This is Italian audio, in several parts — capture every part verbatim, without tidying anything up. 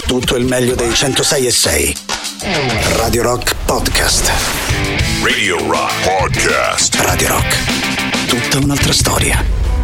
tutto il meglio dei centosei e sei. Radio Rock Podcast. Radio Rock Podcast. Radio Rock. Tutta un'altra storia.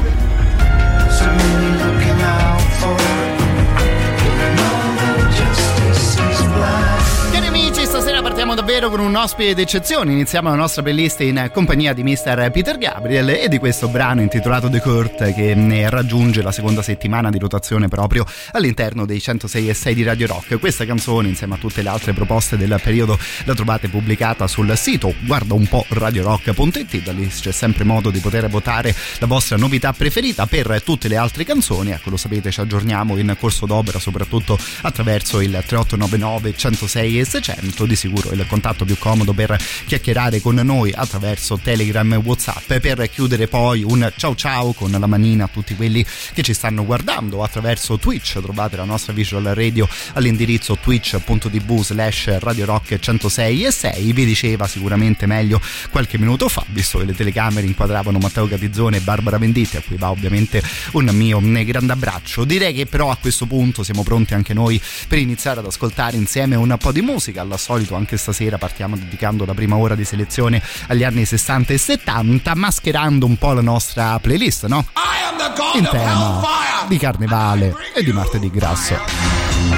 Cari amici, stasera partiamo davvero con un ospite d'eccezione. Iniziamo la nostra playlist in compagnia di mister Peter Gabriel e di questo brano intitolato The Court, che ne raggiunge la seconda settimana di rotazione proprio all'interno dei centosei e sei di Radio Rock. Questa canzone, insieme a tutte le altre proposte del periodo, la trovate pubblicata sul sito guarda un po' radio rock punto it. Da lì c'è sempre modo di poter votare la vostra novità preferita. Per tutte le altre canzoni, ecco, lo sapete, ci aggiorniamo in corso d'opera, soprattutto attraverso il tre otto nove nove centosei e seicento. Di sicuro il contatto più comodo per chiacchierare con noi attraverso Telegram e WhatsApp. Per chiudere poi un ciao ciao con la manina a tutti quelli che ci stanno guardando attraverso Twitch. Trovate la nostra visual radio all'indirizzo twitch punto tv slash radio rock centosei e sei. Vi diceva sicuramente meglio qualche minuto fa, visto che le telecamere inquadravano Matteo Catizzone e Barbara Venditti, a cui va ovviamente un mio grande abbraccio. Direi che però a questo punto siamo pronti anche noi per iniziare ad ascoltare insieme un po' di musica. Al solito anche stasera partiamo dedicando la prima ora di selezione agli anni sessanta e settanta, mascherando un po' la nostra playlist, no? In tema di carnevale e di martedì grasso.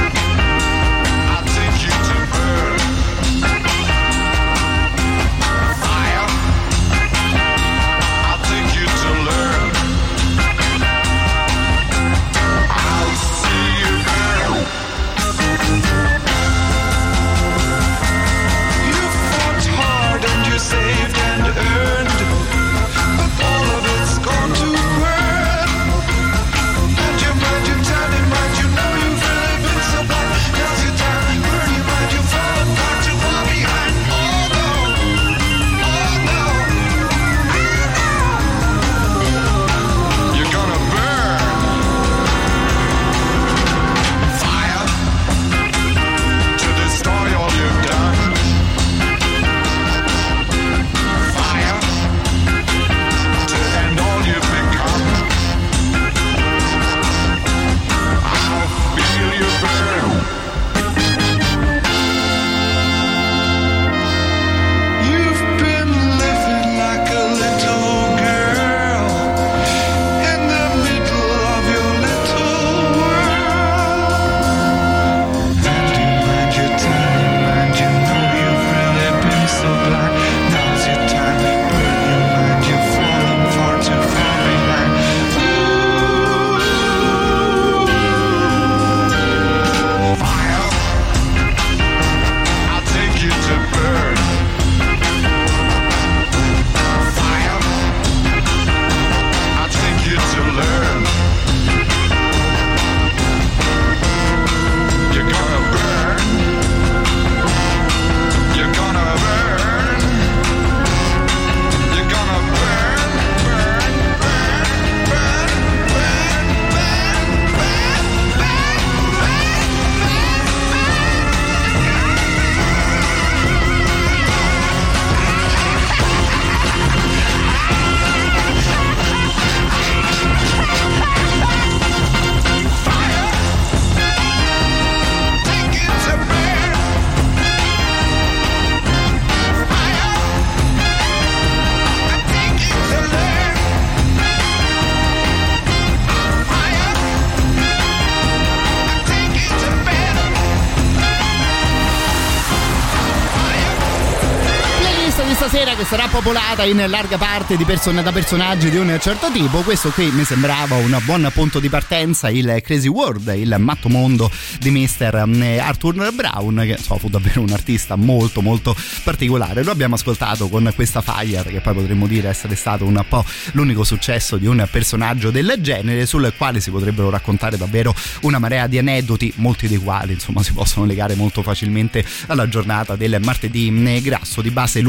Stasera che sarà popolata in larga parte di person- da personaggi di un certo tipo. Questo qui mi sembrava un buon punto di partenza, il Crazy World, il matto mondo di mister Arthur Brown, che so, fu davvero un artista molto molto particolare. Lo abbiamo ascoltato con questa Fire, che poi potremmo dire essere stato un po' l'unico successo di un personaggio del genere, sul quale si potrebbero raccontare davvero una marea di aneddoti, molti dei quali insomma si possono legare molto facilmente alla giornata del martedì grasso. Di base lui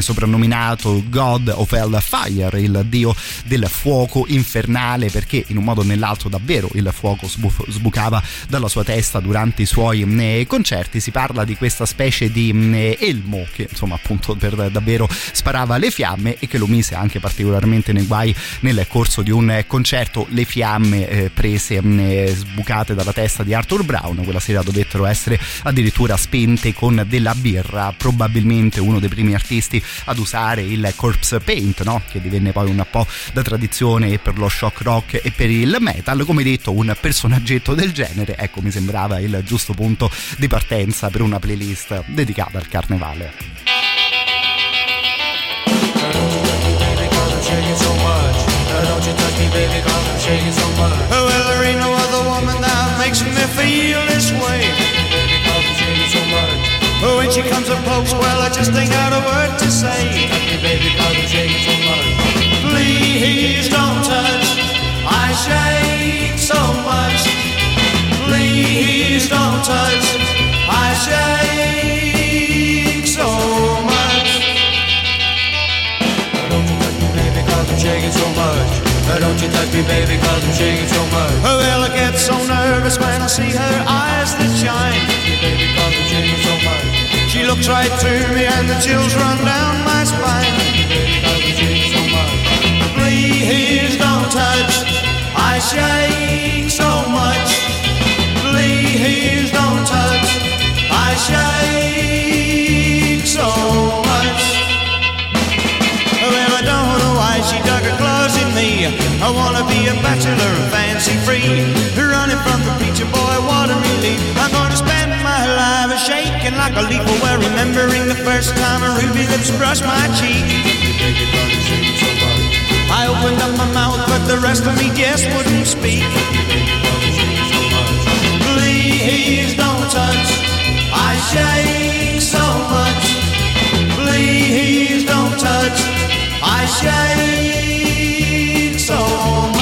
soprannominato God of Hellfire, il dio del fuoco infernale, perché in un modo o nell'altro davvero il fuoco sbuf- sbucava dalla sua testa durante i suoi eh, concerti. Si parla di questa specie di eh, elmo che insomma appunto per davvero sparava le fiamme e che lo mise anche particolarmente nei guai nel corso di un eh, concerto. Le fiamme eh, prese eh, sbucate dalla testa di Arthur Brown quella sera dovettero essere addirittura spente con della birra. Probabilmente uno dei primi artisti ad usare il corpse paint, no? Che divenne poi un po' da tradizione per lo shock rock e per il metal. Come detto, un personaggetto del genere, ecco, mi sembrava il giusto punto di partenza per una playlist dedicata al carnevale. When she comes approach, well, I just ain't got a word to say. Please don't touch, I shake so much. Please don't touch, I shake so much. Don't you touch me, baby, cause I'm shaking so much. Don't you touch me, baby, cause I'm shaking so much. Well, I get so nervous when I see her eyes that shine. Baby, cause I'm shaking so much. She looks right through me and the chills run down my spine. Baby, cause I'm shaking so much. Please don't touch, I shake so much. Please don't touch, I shake so much. Well, I don't know why she dug her claws in me. I wanna be a bachelor and fancy free, running from the preacher boy, what a relief. I'm gonna spend my life shaking like a leaf, well, remembering the first time her ruby lips brushed my cheek. I opened up my mouth, but the rest of me just wouldn't speak. Please don't touch, I shake so much. Please don't touch, I shake so much.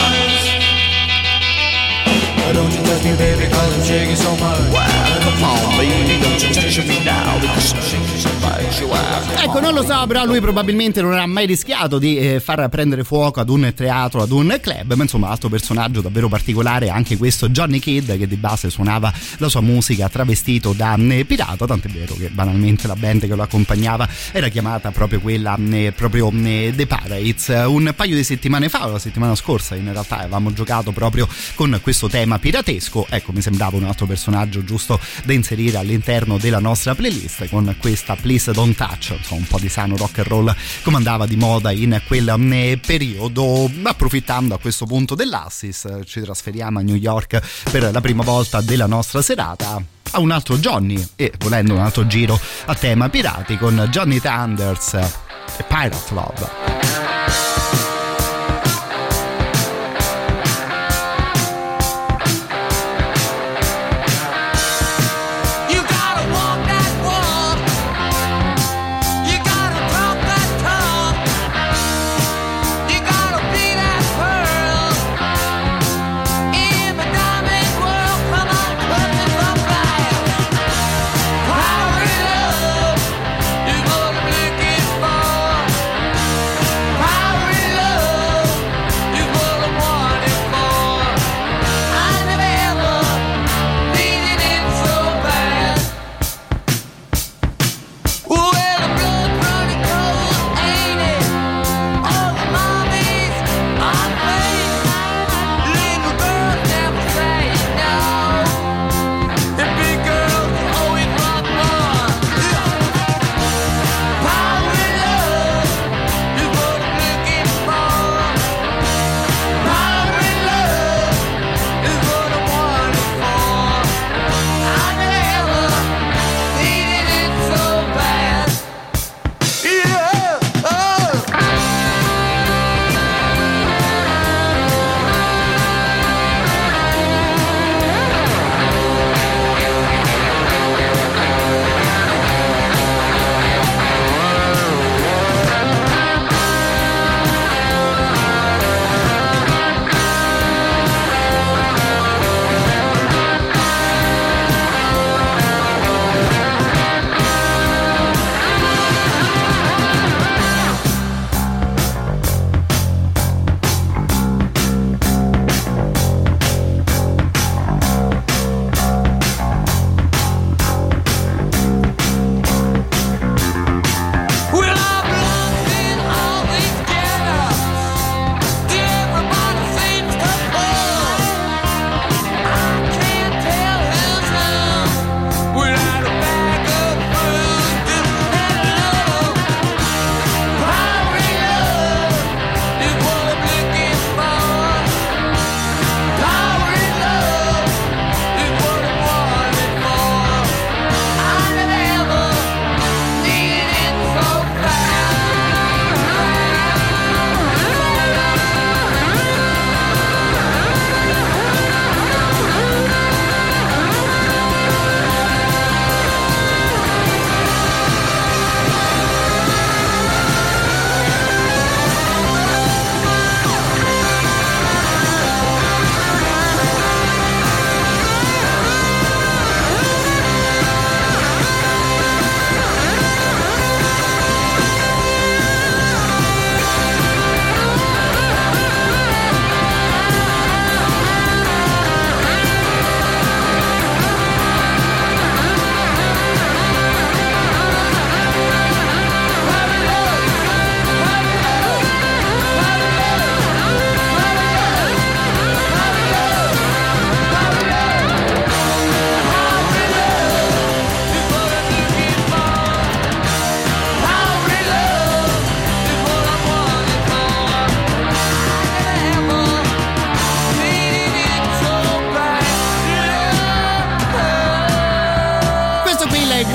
Don't you touch me, baby, cause I'm shaking so much. Well, come on, baby, don't you touch me now, because I'm shaking so much. Ecco, non lo so, però lui probabilmente non ha mai rischiato di eh, far prendere fuoco ad un teatro, ad un club, ma insomma altro personaggio davvero particolare anche questo Johnny Kidd, che di base suonava la sua musica travestito da eh, pirata, tant'è vero che banalmente la band che lo accompagnava era chiamata proprio quella eh, proprio eh, The Pirates. Un paio di settimane fa, la settimana scorsa in realtà, avevamo giocato proprio con questo tema piratesco. Ecco, mi sembrava un altro personaggio giusto da inserire all'interno della nostra playlist con questa Please Don't Touch, insomma un po' di sano rock and roll come andava di moda in quel periodo. Approfittando a questo punto dell'Assis, ci trasferiamo a New York per la prima volta della nostra serata a un altro Johnny e volendo un altro giro a tema pirati con Johnny Thunders e Pirate Love. Power in love.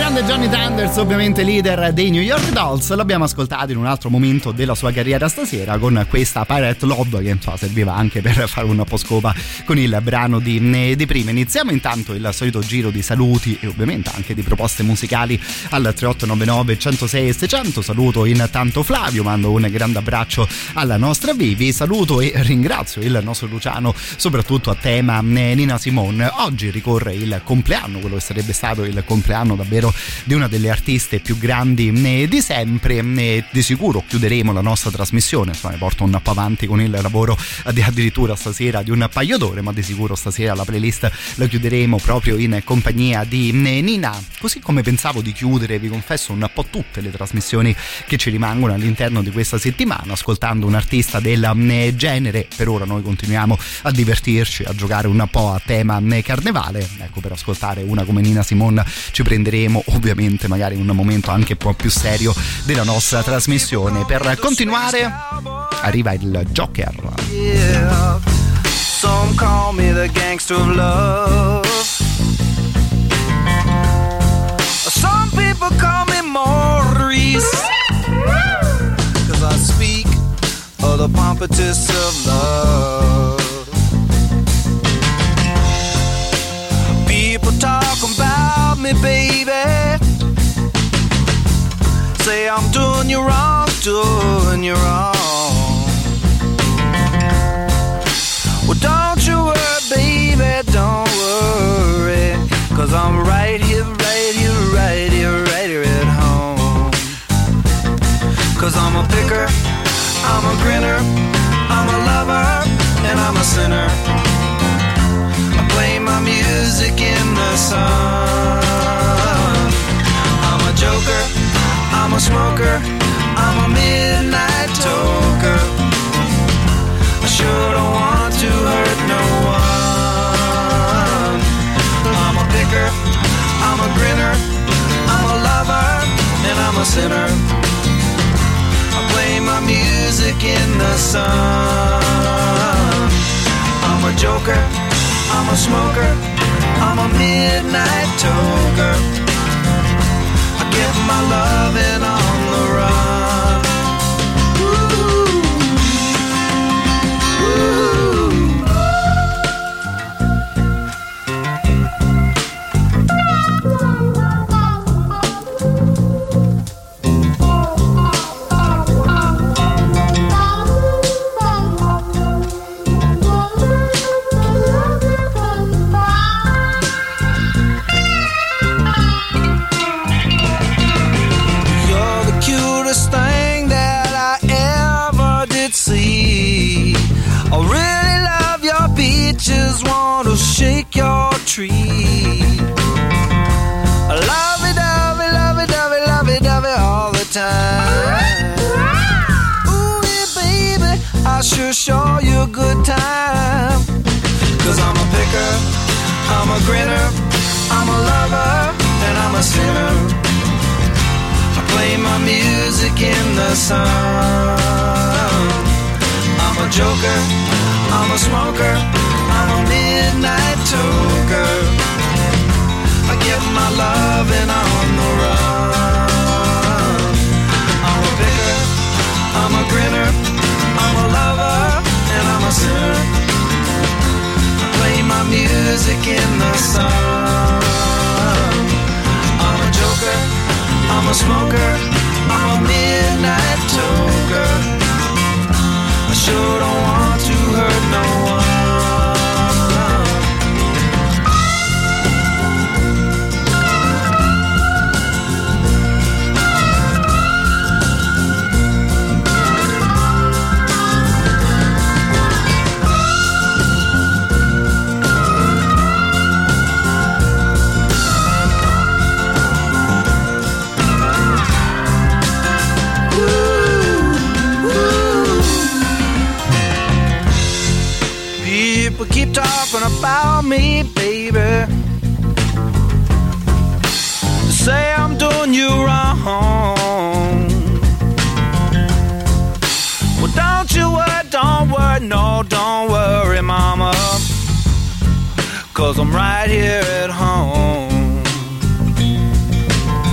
grande Johnny Thunders, ovviamente leader dei New York Dolls, l'abbiamo ascoltato in un altro momento della sua carriera stasera con questa Pirate Love che insomma, serviva anche per fare un po' scopa con il brano di, di prima. Iniziamo intanto il solito giro di saluti e ovviamente anche di proposte musicali al tre otto nove nove, centosei e seicento. Saluto intanto Flavio, mando un grande abbraccio alla nostra Vivi, saluto e ringrazio il nostro Luciano soprattutto a tema Nina Simone. Oggi ricorre il compleanno, quello che sarebbe stato il compleanno davvero di una delle artiste più grandi di sempre. Di sicuro chiuderemo la nostra trasmissione, insomma mi porto un po' avanti con il lavoro addirittura stasera di un paio d'ore, ma di sicuro stasera la playlist la chiuderemo proprio in compagnia di Nina, così come pensavo di chiudere, vi confesso, un po' tutte le trasmissioni che ci rimangono all'interno di questa settimana ascoltando un artista del genere. Per ora noi continuiamo a divertirci, a giocare un po' a tema carnevale, ecco, per ascoltare una come Nina Simone ci prenderemo ovviamente magari un momento anche un po' più serio della nostra trasmissione. Per continuare arriva il Joker. Yeah. Some call me the gangster of love. Some people call me Maurice, 'cause I speak of the pompatus of love. People talk about me, baby, say I'm doing you wrong, doing you wrong. Well, don't you worry, baby, don't worry, 'cause I'm right here, right here, right here, right here at home. 'Cause I'm a picker, I'm a grinner, I'm a lover, and I'm a sinner. I play my music in the sun. I'm a joker, I'm a smoker, I'm a midnight toker. I sure don't want to hurt no one. I'm a picker, I'm a grinner, I'm a lover, and I'm a sinner. I play my music in the sun. I'm a joker, I'm a smoker, I'm a midnight toker. I get my loving on the run. Ooh. Ooh. I really love your beaches, want to shake your tree. I love it, love it, love it, love it, love it, love it all the time. Ooh, yeah, baby, I sure show you a good time. 'Cause I'm a picker, I'm a grinner, I'm a lover, and I'm a sinner. I play my music in the sun. I'm a joker, I'm a smoker, I'm a midnight toker. I get my loving on the run. I'm a picker, I'm a grinner, I'm a lover, and I'm a sinner. I play my music in the sun. I'm a joker, I'm a smoker, I'm a midnight toker. I sure don't want to hurt no one. People keep talking about me, baby. Say I'm doing you wrong. Well, don't you worry, don't worry, no, don't worry, mama, 'cause I'm right here at home.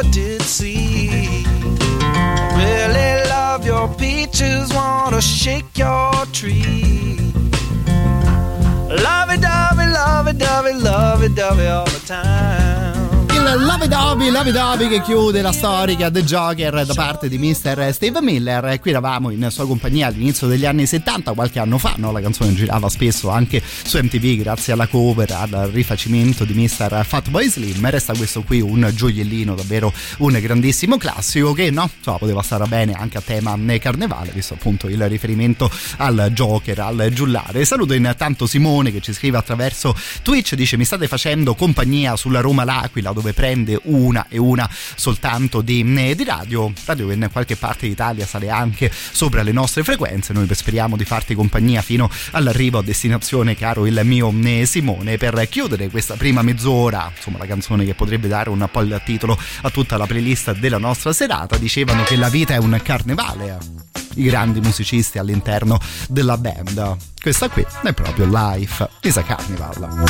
never did see. Really love your peaches, wanna shake your tree. Lovey-dovey, lovey-dovey, lovey-dovey all the time. Il lovey-dovey, lovey-dovey che chiude la storica The Joker da parte di mister Steve Miller. Qui eravamo in sua compagnia all'inizio degli anni settanta, qualche anno fa, no? La canzone girava spesso anche su M T V grazie alla cover, al rifacimento di mister Fatboy Slim. Resta questo qui un gioiellino, davvero un grandissimo classico che, no, so, poteva stare bene anche a tema carnevale, visto appunto il riferimento al Joker, al giullare. Saluto intanto Simone che ci scrive attraverso Twitch, dice: mi state facendo compagnia sulla Roma-L'Aquila, dove prende una e una soltanto di, di radio radio che in qualche parte d'Italia sale anche sopra le nostre frequenze. Noi speriamo di farti compagnia fino all'arrivo a destinazione, caro il mio Simone. Per chiudere questa prima mezz'ora, insomma la canzone che potrebbe dare un po' il titolo a tutta la playlist della nostra serata, dicevano che la vita è un carnevale, i grandi musicisti all'interno della band. Questa qui è proprio Life is a Carnival.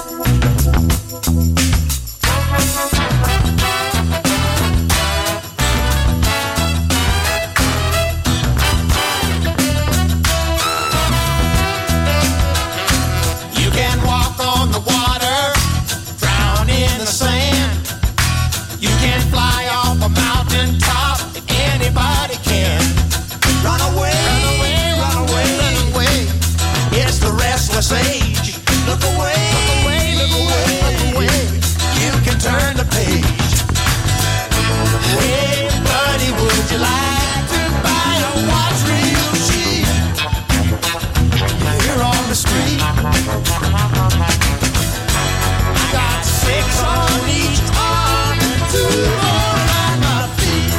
Age. Look away, look away, look away, look away. You can turn the page. Hey, buddy, would you like to buy a watch real cheap? Here on the street, I got six on each arm and two more on my feet.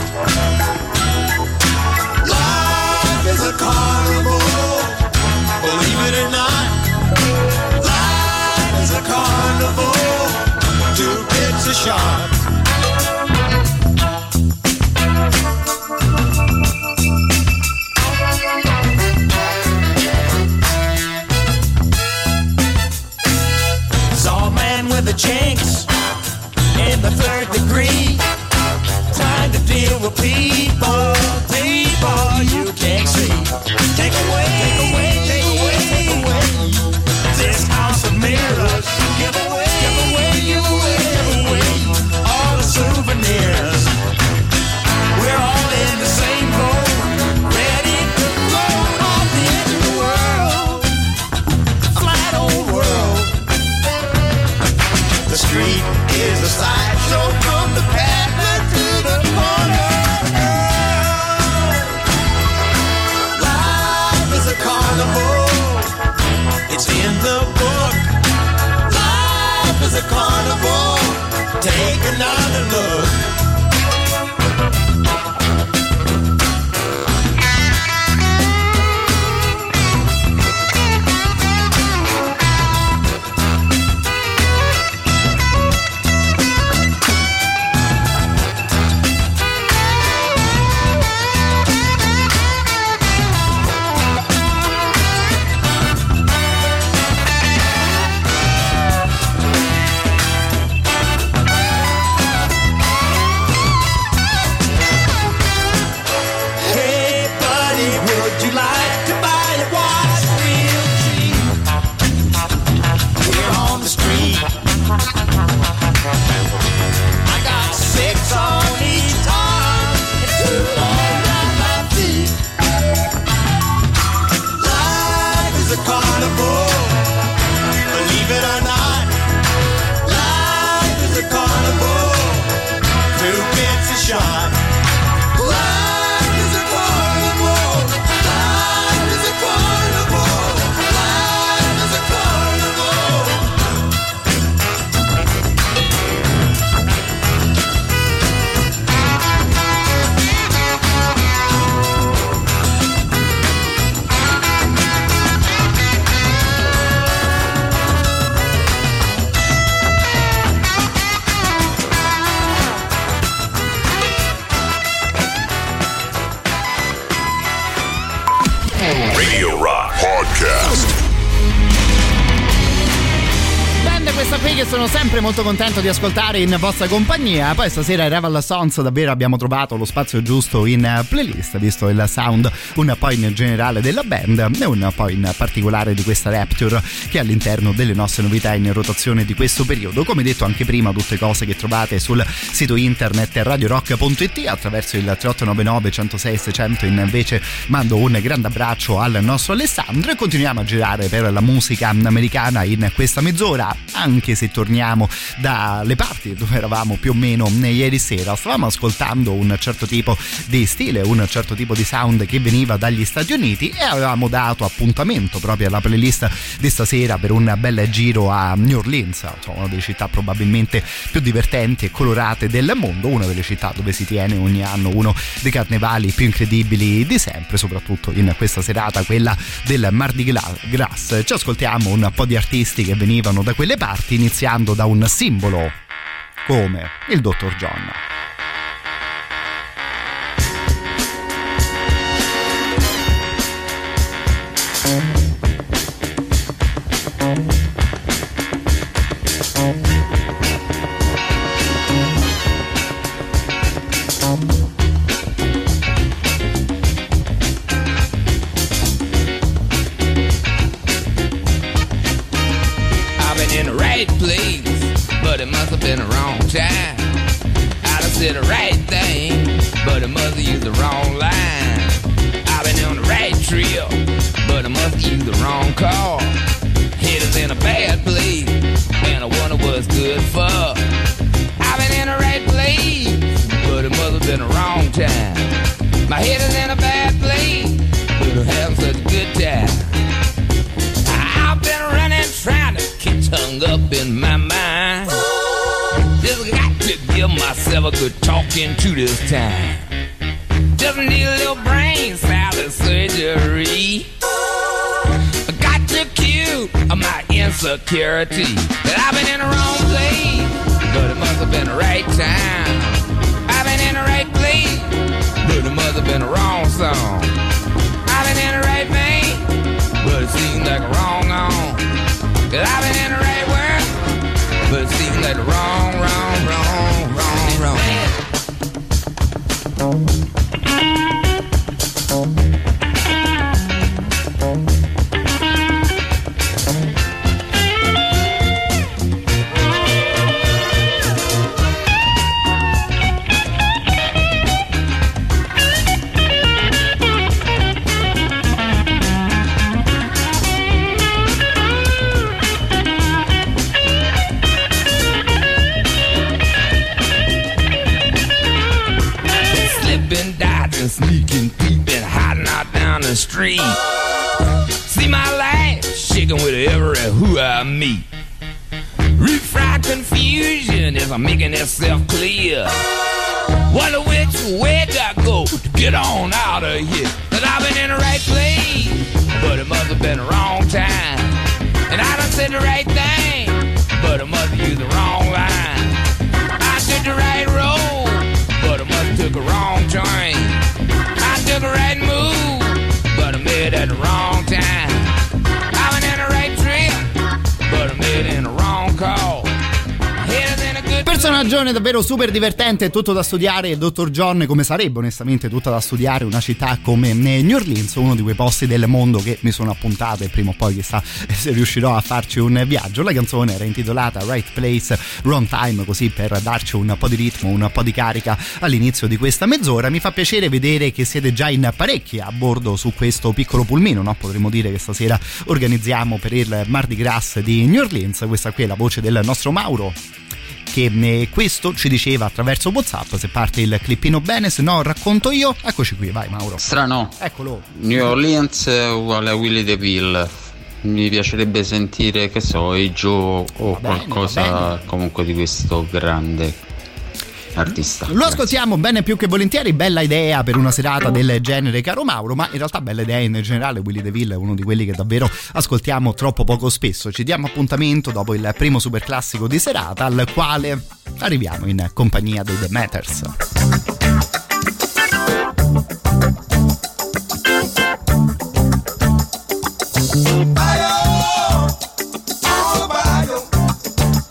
Life is a carnival, believe it or not. Carnival, two pizza shops. Saw a man with the chinks in the third degree, trying to deal with people, people you can't see. Take away, take away, take away, take away this house of mirrors. Give away, give away, give away, give away all the souvenirs. We're all in the same boat, ready to float off the edge of the world, a flat old world. The street is a sideshow from the paddler to the corner. questa qui che sono sempre molto contento di ascoltare in vostra compagnia. Poi stasera ai Revel Sons davvero abbiamo trovato lo spazio giusto in playlist, visto il sound un po' in generale della band e un po' in particolare di questa Rapture, che è all'interno delle nostre novità in rotazione di questo periodo. Come detto anche prima, tutte cose che trovate sul sito internet radio rock punto it. Attraverso il tre otto nove nove uno zero sei sei zero zero invece mando un grande abbraccio al nostro Alessandro e continuiamo a girare per la musica americana in questa mezz'ora, anche se torniamo dalle parti dove eravamo più o meno ieri sera. Stavamo ascoltando un certo tipo di stile, un certo tipo di sound che veniva dagli Stati Uniti e avevamo dato appuntamento proprio alla playlist di stasera per un bel giro a New Orleans, una delle città probabilmente più divertenti e colorate del mondo, una delle città dove si tiene ogni anno uno dei carnevali più incredibili di sempre, soprattutto in questa serata, quella del Mardi Gras. Ci ascoltiamo un po' di artisti che venivano da quelle parti, iniziando da un simbolo come il dottor John. Place, but it must have been the wrong time. I done said the right thing, but it must have used the wrong line. I've been on the right trail, but I must have used the wrong car. Headed in a bad place, and I wonder what's good for. I've been in the right place, but it must have been the wrong time. My head is in a bad place, but I'm having such a good time. I've been running, trying to get hung up in my mind. Just got to give myself a good talking to this time. Just need a little brain salad surgery. I got to cure my insecurity. That I've been in the wrong place, but it must have been the right time. I've been in the right place, but it must have been the wrong song. I've been in the right vein, but it seems like a wrong on. Cause I've been in the right world, but it seems like the wrong, wrong, wrong, wrong, wrong. Sneaking, peeping, hiding out down the street. See my life shaking with every who I meet. Refried confusion is making itself clear. Wonder which way I go to get on out of here. Cause I've been in the right place, but it must have been the wrong time. And I done said the right thing, but I must have used the wrong line. I took the right road, but I must have took a wrong train. Took a right move, but I made it at the wrong time. I went in the right trip, but I made it in the wrong call. Personaggione davvero super divertente, tutto da studiare il dottor John, come sarebbe onestamente tutta da studiare una città come New Orleans, uno di quei posti del mondo che mi sono appuntato e prima o poi chissà se riuscirò a farci un viaggio. La canzone era intitolata Right Place, Wrong Time, così per darci un po' di ritmo, un po' di carica all'inizio di questa mezz'ora. Mi fa piacere vedere che siete già in parecchi a bordo su questo piccolo pulmino, no? Potremmo dire che stasera organizziamo per il Mardi Gras di New Orleans. Questa qui è la voce del nostro Mauro, che questo ci diceva attraverso WhatsApp. Se parte il clippino bene, se no racconto io. Eccoci qui, vai Mauro. Strano. Eccolo. New Orleans uguale a Willie DeVille. Mi piacerebbe sentire, che so, i Joe o bene, qualcosa comunque di questo grande artista. Lo ascoltiamo bene più che volentieri, bella idea per una serata del genere, caro Mauro, ma in realtà bella idea in generale. Willie DeVille è uno di quelli che davvero ascoltiamo troppo poco spesso. Ci diamo appuntamento dopo il primo super classico di serata, al quale arriviamo in compagnia dei The Matters. Bayo, oh Bayo,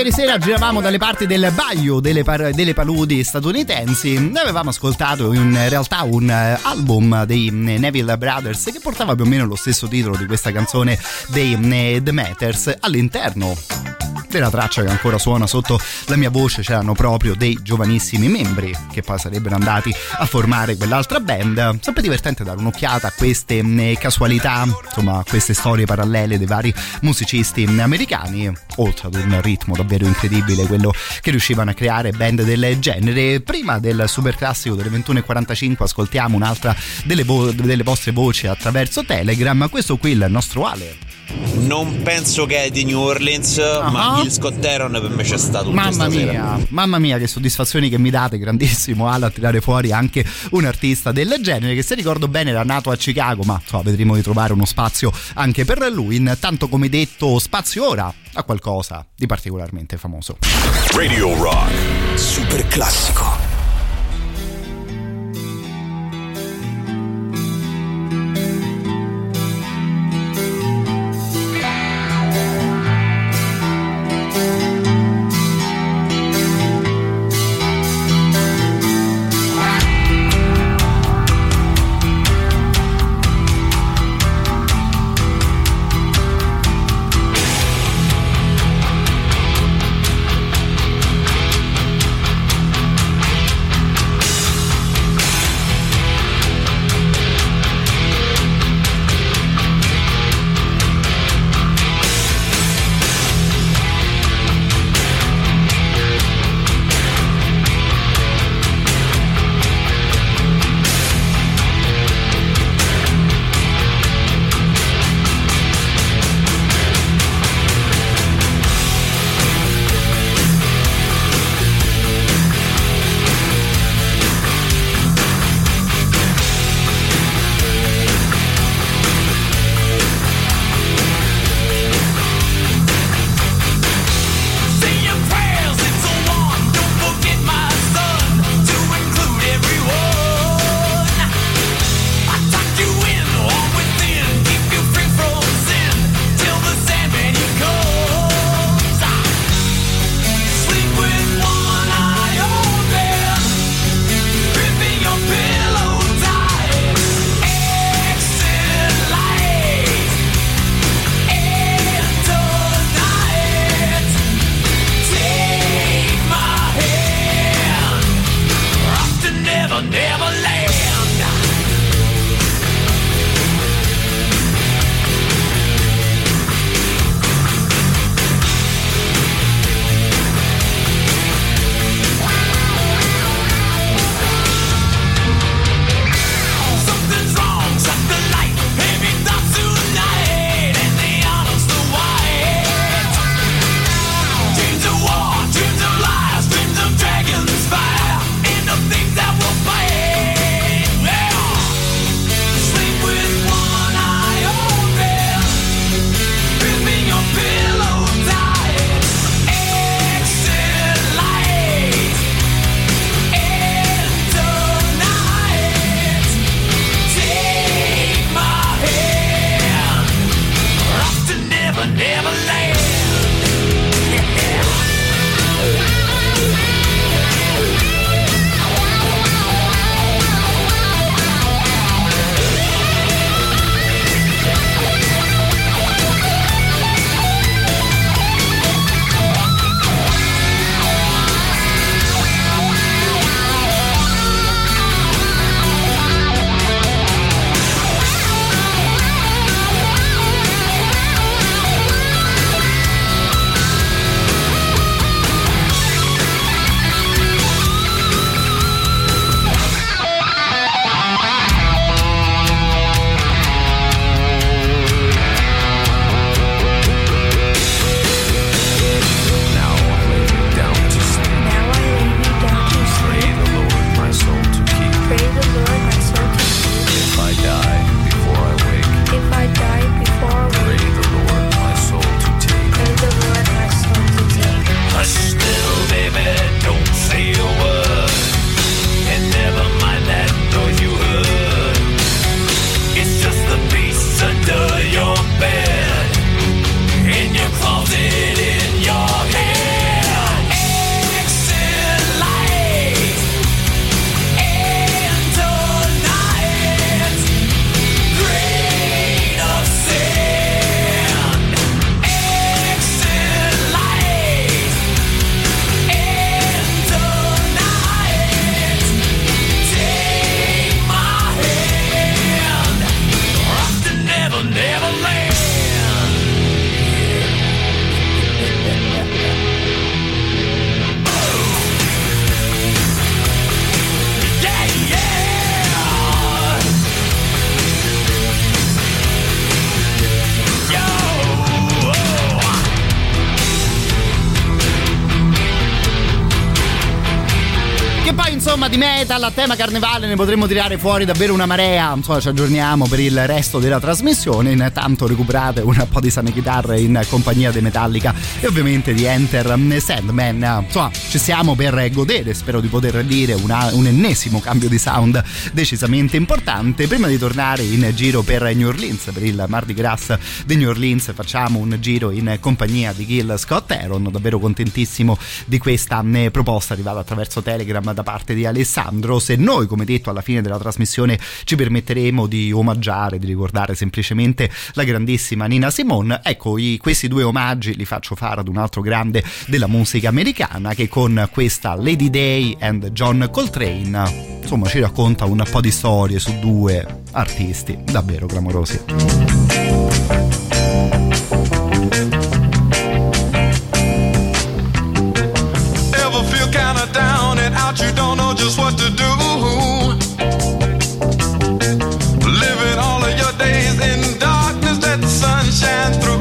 ieri sera giravamo dalle parti del Bayou delle, par- delle paludi statunitensi. Ne avevamo ascoltato in realtà un album dei Neville Brothers che portava più o meno lo stesso titolo di questa canzone dei The Matters. All'interno della traccia che ancora suona sotto la mia voce c'erano proprio dei giovanissimi membri che poi sarebbero andati a formare quell'altra band. Sempre divertente dare un'occhiata a queste casualità, insomma a queste storie parallele dei vari musicisti americani, oltre ad un ritmo davvero incredibile quello che riuscivano a creare band del genere. Prima del super classico delle ventuno e quarantacinque ascoltiamo un'altra delle, vo- delle vostre voci attraverso Telegram. Questo qui è il nostro Ale. Non penso che è di New Orleans, uh-huh. ma il Scott Heron per me c'è stato tutto mamma stasera. mia, mamma mia che soddisfazioni che mi date, grandissimo Ale, a tirare fuori anche un artista del genere che, se ricordo bene, era nato a Chicago, ma insomma vedremo di trovare uno spazio anche per lui. Intanto, come detto, spazio ora a qualcosa di particolarmente famoso. Radio Rock Super classico. Fire, and the things that will fight. insomma di metal a tema carnevale ne potremmo tirare fuori davvero una marea. Insomma, ci aggiorniamo per il resto della trasmissione. Intanto recuperate un po' di sane chitarre in compagnia dei Metallica e ovviamente di Enter Sandman. Insomma, ci siamo per godere, spero di poter dire una, un ennesimo cambio di sound decisamente importante. Prima di tornare in giro per New Orleans, per il Mardi Gras di New Orleans, facciamo un giro in compagnia di Gil Scott-Heron. Davvero contentissimo di questa proposta arrivata attraverso Telegram da parte di Alessandro. Se noi, come detto, alla fine della trasmissione ci permetteremo di omaggiare, di ricordare semplicemente la grandissima Nina Simone, ecco, i, questi due omaggi li faccio fare ad un altro grande della musica americana che con questa Lady Day and John Coltrane insomma ci racconta un po' di storie su due artisti davvero clamorosi. Ever feel kinda down and out, you don't know just what to do? Living all of your days in darkness, let the sun shine through.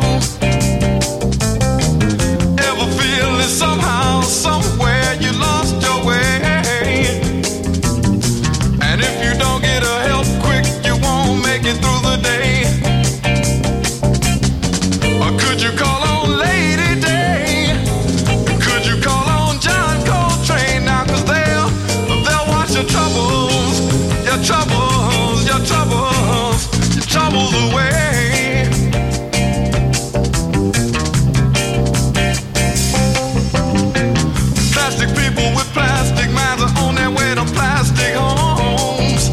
Ever feel that somehow, somewhere you lost your way? And if you don't get a help quick, you won't make it through the day. Or could you call on Lady Day? Could you call on John Coltrane now? Cause they'll, they'll wash your troubles, your troubles, your troubles, your troubles away. Plastic people with plastic minds are on their way to plastic homes.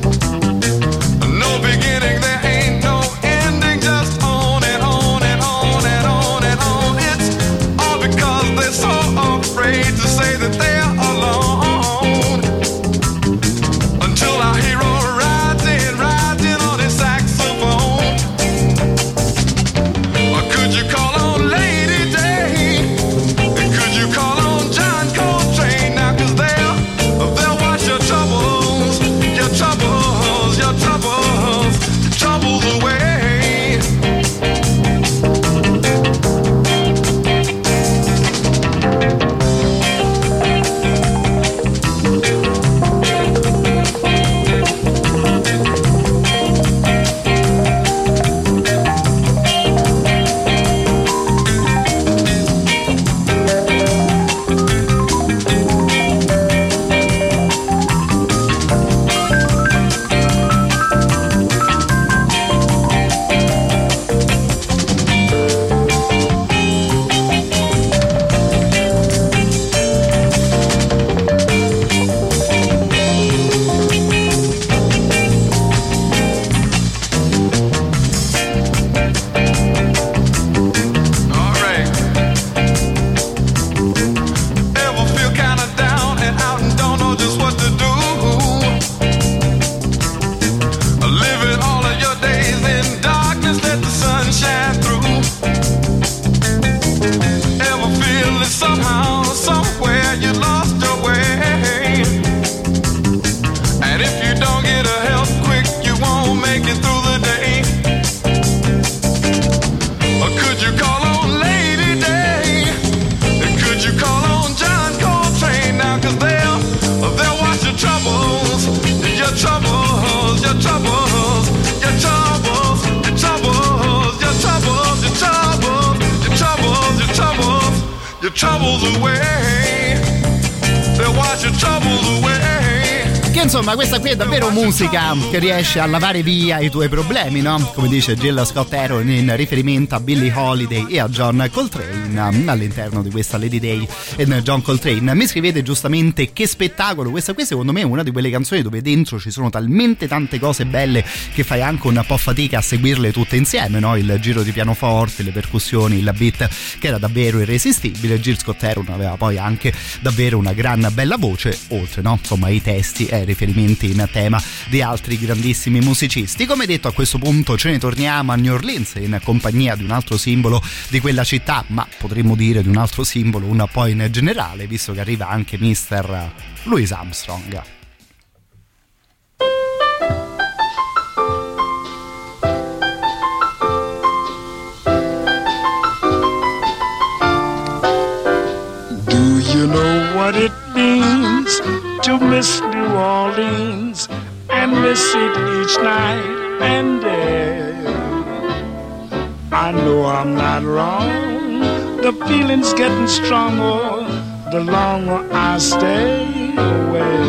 No beginning, there ain't no ending, just on and on and on and on and on. It's all because they're so afraid to say that they're alone. Until our hero rides in, rides in on his saxophone. Or could you call on Lady Day? And could you call on John Coltrane now? Cause they'll, they'll wash your troubles, your troubles, your troubles, your troubles away. All right. Ever feel kinda down and out and don't know just what to do? Living all of your days in darkness, let the sun shine through. Ever feel that somehow, somewhere you lost your way? And if you don't get a help quick, you won't make it through the day. Or could you call on Lady Day? And could you call on John Coltrane now? Cause they'll, they'll wash your troubles, your troubles, your troubles, your troubles, your troubles, your troubles, your troubles, your troubles, your troubles, your troubles away. They'll wash your troubles away. Che insomma questa qui è davvero musica che riesce a lavare via i tuoi problemi, no? Come dice Jill Scott-Heron in riferimento a Billie Holiday e a John Coltrane all'interno di questa Lady Day e John Coltrane. Mi scrivete giustamente che spettacolo, questa qui secondo me è una di quelle canzoni dove dentro ci sono talmente tante cose belle che fai anche un po' fatica a seguirle tutte insieme, no? Il giro di pianoforte, le percussioni, il beat che era davvero irresistibile. Jill Scott-Heron aveva poi anche davvero una gran bella voce, oltre, no? Insomma, i testi e riferimenti in tema di altri grandissimi musicisti. Come detto, a questo punto ce ne torniamo a New Orleans in compagnia di un altro simbolo di quella città, ma potremmo dire di un altro simbolo un po' in generale, visto che arriva anche mister Louis Armstrong. Do you know what it means to miss New Orleans and miss it each night and day. I know I'm not wrong, the feeling's getting stronger the longer I stay away.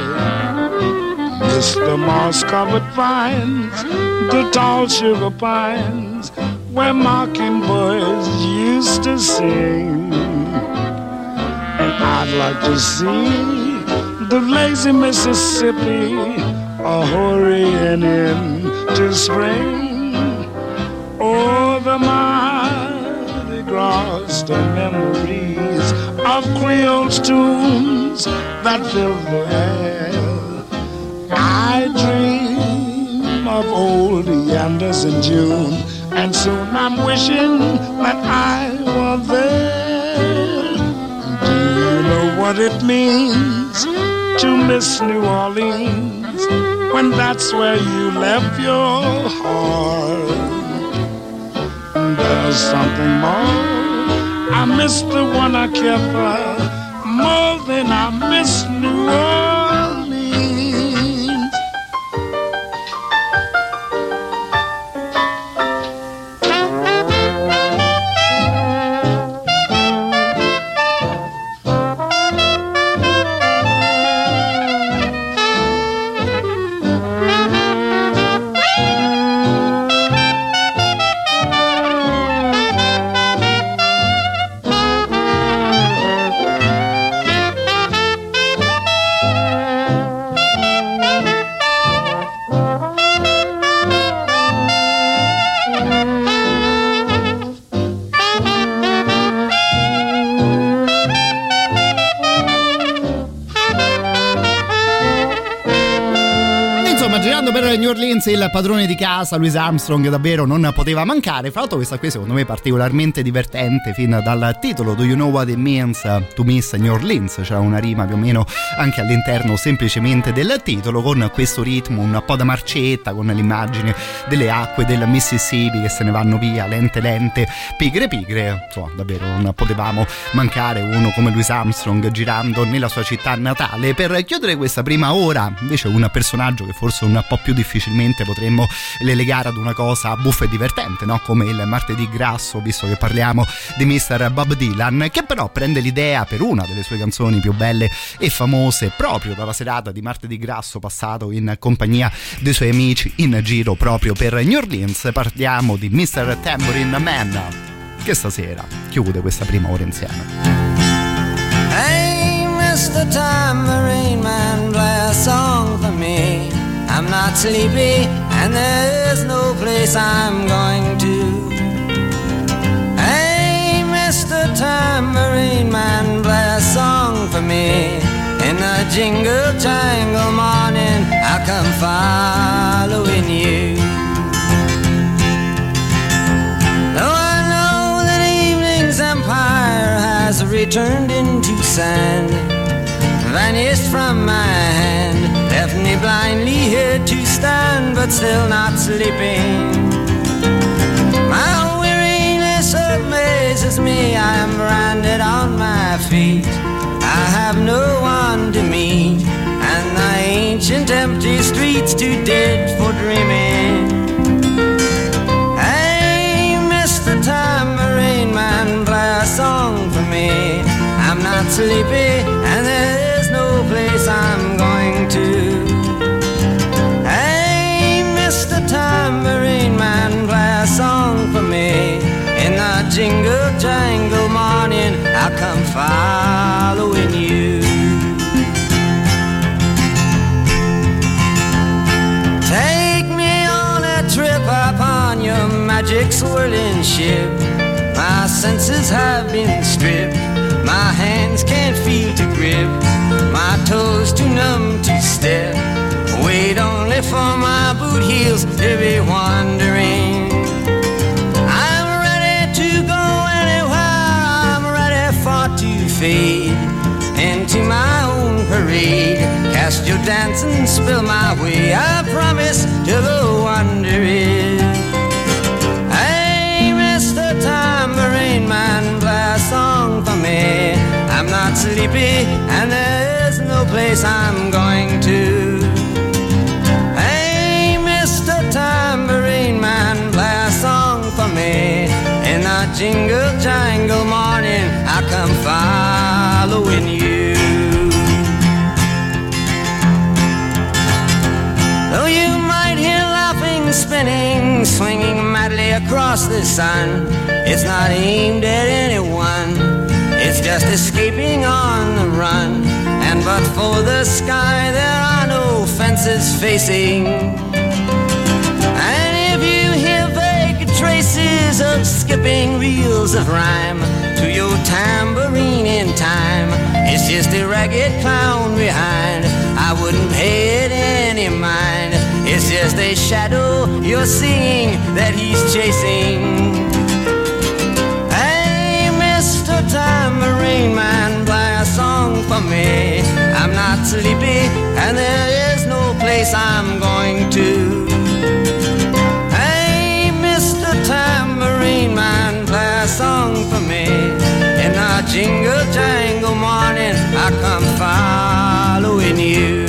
Miss the moss-covered vines, the tall sugar pines, where mockingbirds used to sing. And I'd like to see the lazy Mississippi a hurrying into spring. Oh, the Mardi Gras, the memories of Creole's tunes that fill the air. I dream of old Yanders in June, and soon I'm wishing that I were there. Do you know what it means to miss New Orleans when that's where you left your heart? There's something more. I miss the one I care for more than I miss New Orleans. Per New Orleans il padrone di casa Louis Armstrong davvero non poteva mancare. Fra l'altro questa qui secondo me è particolarmente divertente fin dal titolo. Do you know what it means to miss New Orleans? C'è una rima più o meno anche all'interno semplicemente del titolo, con questo ritmo un po' da marcetta, con l'immagine delle acque del Mississippi che se ne vanno via lente lente, pigre pigre. Insomma davvero non potevamo mancare uno come Louis Armstrong girando nella sua città natale. Per chiudere questa prima ora invece un personaggio che forse un po' più difficilmente potremmo legare ad una cosa buffa e divertente, no? Come il Martedì Grasso, visto che parliamo di mister Bob Dylan, che però prende l'idea per una delle sue canzoni più belle e famose proprio dalla serata di Martedì Grasso passato in compagnia dei suoi amici in giro proprio per New Orleans. Parliamo di mister Tambourine Man, che stasera chiude questa prima ora insieme. Hey mister Tambourine Man, play a song for me. I'm not sleepy and there's no place I'm going to. Hey mister Tambourine Man, play a song for me. In the jingle jangle morning I'll come following you. Though I know that evening's empire has returned into sand, vanished from my hand, left me blindly here to stand, but still not sleeping. My weariness amazes me, I am branded on my feet. I have no one to meet, and the ancient empty streets too dead for dreaming. Hey, mister Tambourine Man, play a song for me. I'm not sleepy, and there's no place I'm going to. Hey, mister Tambourine Man, play a song for me. In the jingle jangle morning I'll come following you. Take me on a trip upon your magic swirling ship. My senses have been stripped, my hands can't feel to grip, my toes too numb to step. Wait only for my boot heels to be wandering. I'm ready to go anywhere, I'm ready for to fade into my own parade. Cast your dance and spill my way, I promise to go wandering. Hey, mister Tambourine Man, play a song for me. I'm not sleepy and there's is no place I'm going to. Hey, Mister Tambourine Man, play a song for me. In the jingle jangle morning, I come following you. Though you might hear laughing, spinning, swinging madly across the sun, it's not aimed at anyone, it's just escaping on the run. And but for the sky, there are no fences facing. And if you hear vague traces of skipping reels of rhyme to your tambourine in time, it's just a ragged clown behind. I wouldn't pay it any mind. It's just a shadow you're seeing that he's chasing. Hey, Mister Tambourine Man, play a song for me. I'm not sleepy and there is no place I'm going to. Hey, Mister Tambourine Man, play a song for me. In a jingle jangle morning, I come following you.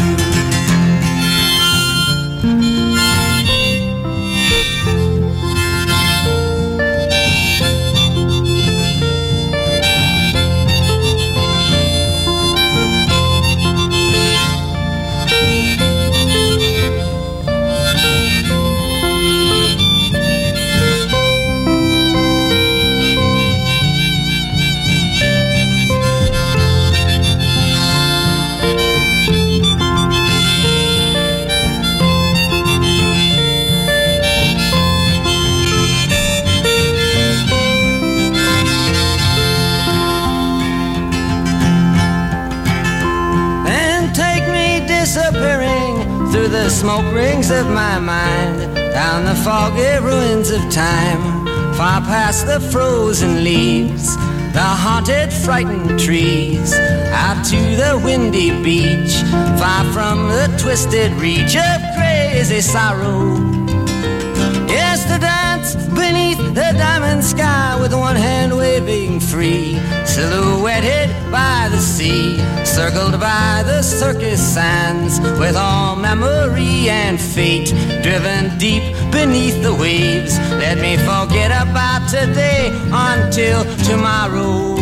Through the smoke rings of my mind, down the foggy ruins of time, far past the frozen leaves, the haunted, frightened trees, out to the windy beach, far from the twisted reach of crazy sorrow. Yes, to dance beneath the diamond sky with one hand waving free, silhouetted by the sea, circled by the circus sands, with all memory and fate driven deep beneath the waves. Let me forget about today until tomorrow.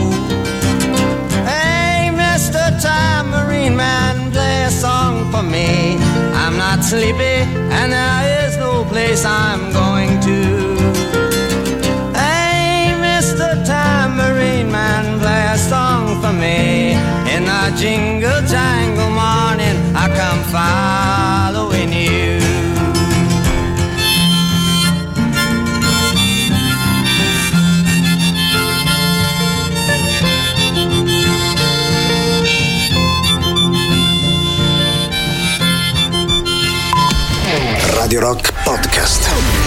Hey, Mister Tambourine Man, play a song for me. I'm not sleepy and there is no place I'm going to. Hey, Mister Tambourine Man, play a song for me. In the jingle jangle morning, I come following you. Radio Rock Podcast.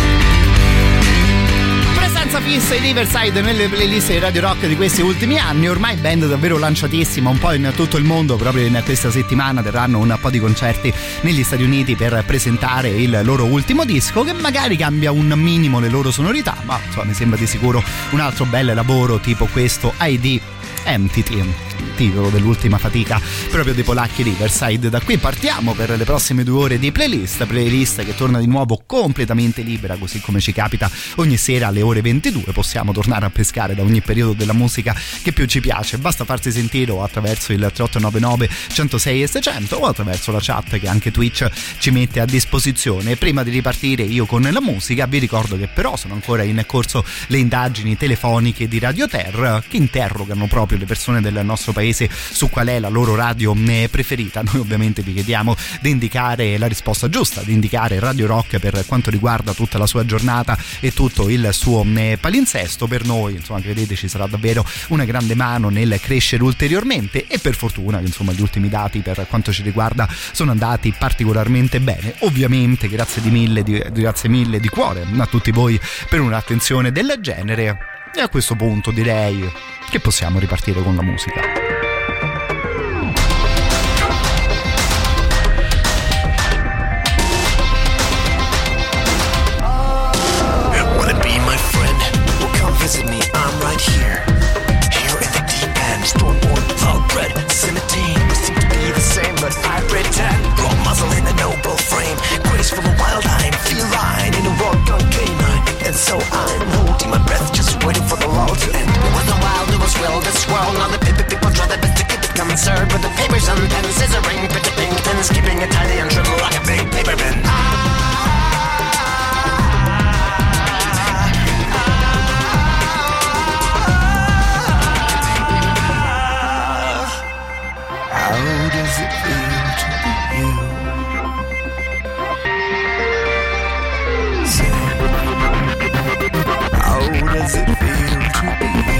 Presenza fissa in Riverside nelle playlist di Radio Rock di questi ultimi anni, ormai band davvero lanciatissima un po' in tutto il mondo. Proprio in questa settimana terranno un po' di concerti negli Stati Uniti per presentare il loro ultimo disco, che magari cambia un minimo le loro sonorità, ma insomma mi sembra di sicuro un altro bel lavoro tipo questo I D Entity, titolo dell'ultima fatica proprio dei polacchi Riverside. Da qui partiamo per le prossime due ore di playlist playlist che torna di nuovo completamente libera, così come ci capita ogni sera alle ore ventidue. Possiamo tornare a pescare da ogni periodo della musica che più ci piace, basta farsi sentire o attraverso il tre otto nove nove uno zero sei e seicento o attraverso la chat che anche Twitch ci mette a disposizione. Prima di ripartire io con la musica vi ricordo che però sono ancora in corso le indagini telefoniche di Radio Terra, che interrogano proprio le persone del nostro paese su qual è la loro radio preferita. Noi ovviamente vi chiediamo di indicare la risposta giusta, di indicare Radio Rock per quanto riguarda tutta la sua giornata e tutto il suo palinsesto. Per noi, insomma, credeteci, sarà davvero una grande mano nel crescere ulteriormente, e per fortuna che insomma gli ultimi dati per quanto ci riguarda sono andati particolarmente bene. Ovviamente grazie di mille di, grazie mille di cuore a tutti voi per un'attenzione del genere, e a questo punto direi che possiamo ripartire con la musica. Wanna be my friend? Well, come visit me, I'm right here. Here in the deep end, stored on the bread, seventeen, seem to it tightly and tremble like a big paper bin. How does it feel to be you? Say, how does it feel to be you?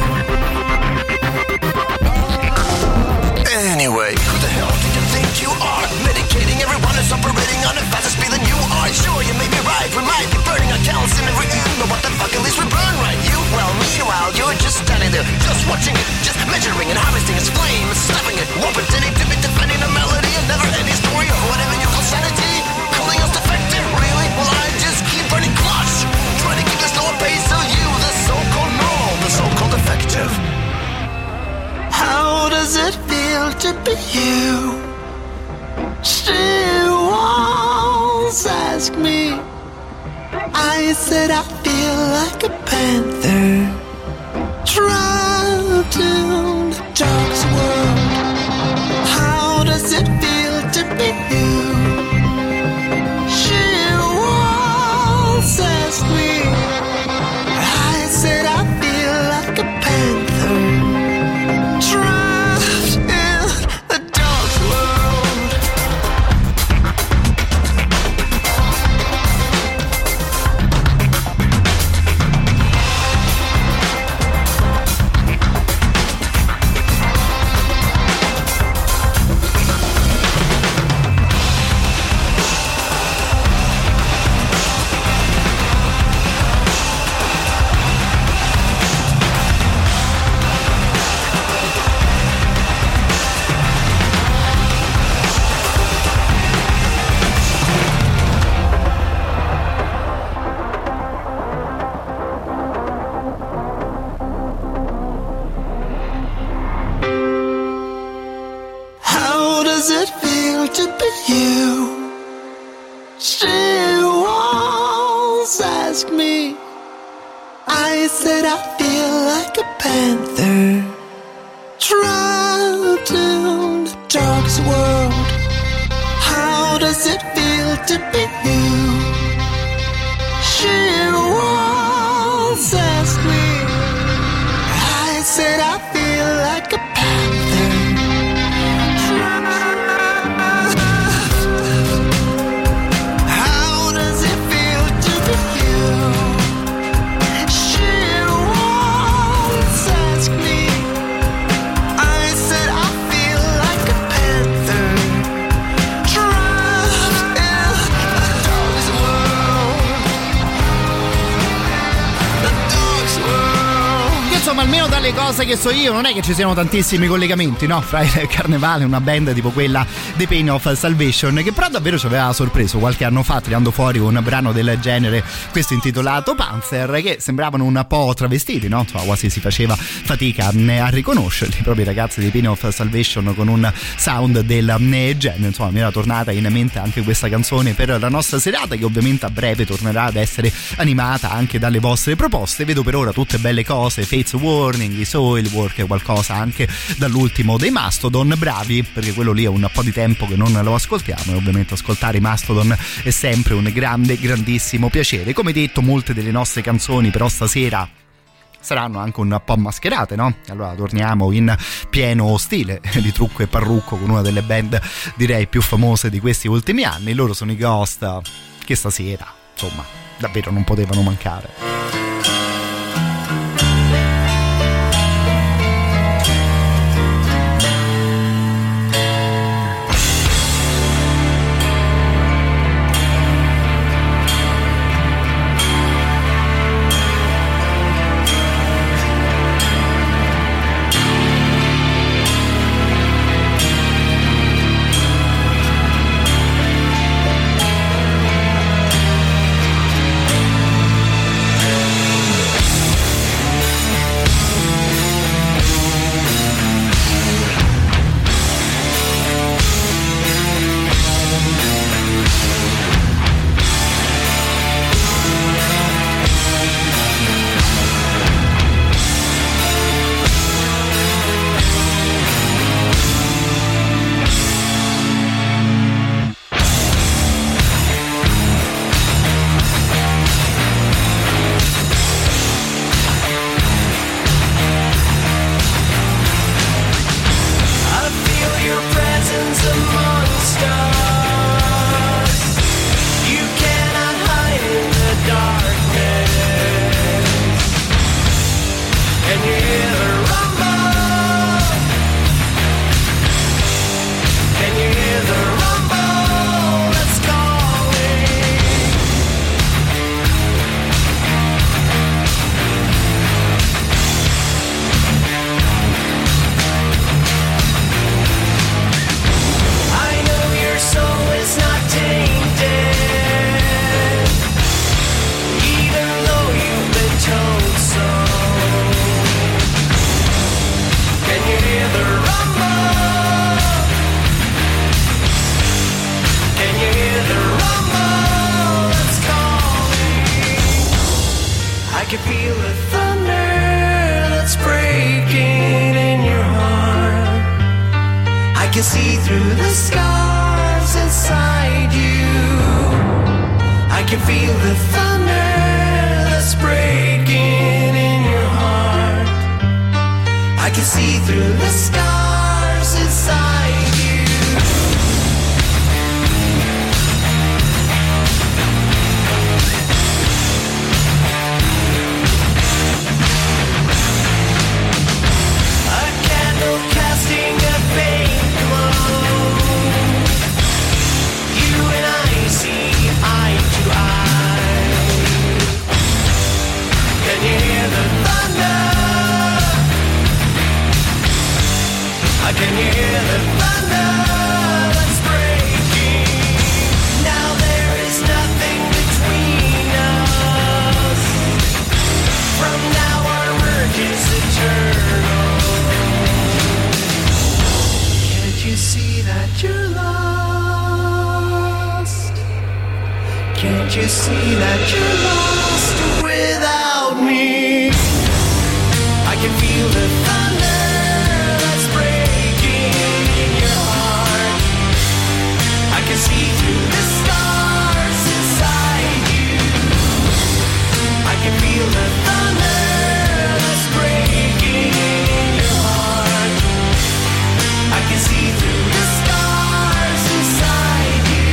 Anyway, who the hell do you think you are? Medicating everyone who's operating on a faster speed than you are. Sure, you may be right, we might be burning accounts in every end, but what the fuck, at least we burn right. You, well, meanwhile, you're just standing there, just watching it, just measuring and harvesting its flame, stuffing it, while pretending to be defending a melody, a never-ending story of whatever you call sanity. Calling us defective, really? Well, I just keep burning clutch, trying to keep the slower pace of you, the so-called normal, the so-called effective. How does it feel to be you? She once asked me. I said I feel like a panther trapped in the dog's world. How does it feel to be you? She once asked me. I said I feel like a panther trapped in the dog's world. How does it feel to be you? She once asked me. I said I feel like a panther trapped in the dog's world. How does it feel to be you? She once asked me. I said I feel like a panther. How does it feel to be you? She once asked me. I said I feel like a panther trapped in the dog's world. The dog's world. Insomma, almeno dalle cose che so io, non è che ci siano tantissimi collegamenti, no? Fra il Carnevale e una band tipo quella dei Pain of Salvation, che però davvero ci aveva sorpreso qualche anno fa tirando fuori un brano del genere, questo intitolato Panzer, che sembravano un po' travestiti, no? Insomma, quasi si faceva fatica a riconoscerli, proprio i ragazzi dei Pain of Salvation con un sound del genere. Insomma, mi era tornata in mente anche questa canzone per la nostra serata, che ovviamente a breve tornerà ad essere animata anche dalle vostre proposte. Vedo per ora tutte belle cose, Fates Warning, Soilwork, qualcosa anche dall'ultimo dei Mastodon. Bravi, perché quello lì è un po' di tempo che non lo ascoltiamo, e ovviamente ascoltare i Mastodon è sempre un grande, grandissimo piacere. Come detto, molte delle nostre canzoni però stasera saranno anche un po' mascherate, no? Allora torniamo in pieno stile di trucco e parrucco con una delle band direi più famose di questi ultimi anni. Loro sono i Ghost, che stasera insomma davvero non potevano mancare. can feel the thunder that's breaking in your heart. I can see through the scars inside you. I can feel the thunder that's breaking in your heart. I can see through the scars inside you. A candle casting a faint glow. You and I see eye to eye. Can you hear the thunder? I can hear the thunder that's breaking. Now there is nothing between us. From now our work is eternal. Can't you see that you're lost? Can't you see that you're lost without me? I can feel the thunder that's breaking in your heart. I can see through the stars inside you. I can feel the thunder that's breaking in your heart. I can see through the stars inside you.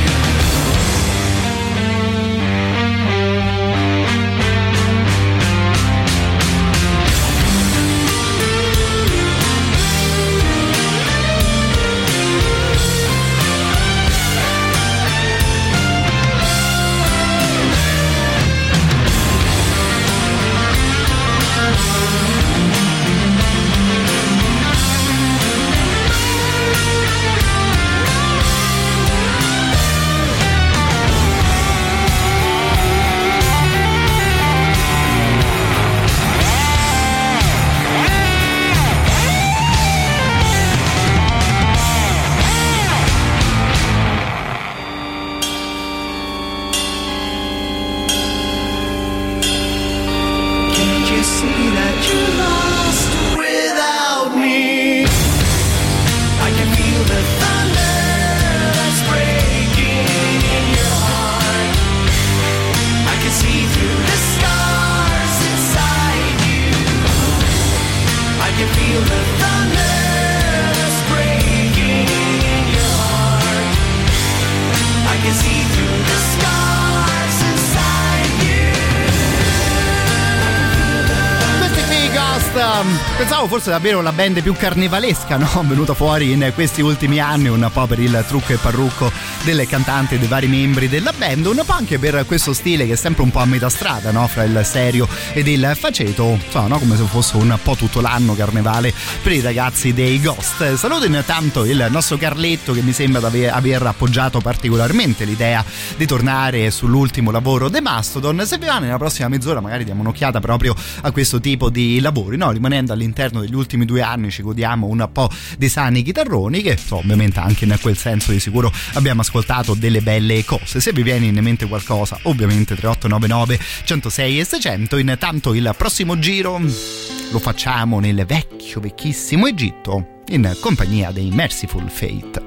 Can't you see that you're lost without me? I can feel the thunder that's breaking in your heart. I can see through the stars inside you. I can feel the thunder that's breaking in your heart. I can see through the stars inside you. Questi qui, Ghost, um, pensavo fosse davvero la band più carnevalesca, no? Venuta fuori in questi ultimi anni, un po' per il trucco e parrucco delle cantanti e dei vari membri della band, un po' anche per questo stile che è sempre un po' a metà strada, no? Fra il serio ed il faceto, insomma, no? Come se fosse un po' tutto l'anno carnevale per i ragazzi dei Ghost. Saluto intanto il nostro Carletto, che mi sembra di aver, aver appoggiato particolarmente l'idea di tornare sull'ultimo lavoro dei Mastodon. Se vi va, nella prossima mezz'ora magari diamo un'occhiata proprio a questo tipo di lavori, no? Rimanendo all'interno degli ultimi due anni ci godiamo un po' di sani chitarroni, che so, ovviamente anche in quel senso di sicuro abbiamo ascoltato delle belle cose. Se vi viene in mente qualcosa, ovviamente tre otto nove nove centosei e seicento. Intanto il prossimo giro lo facciamo nel vecchio vecchissimo Egitto in compagnia dei Merciful Fate.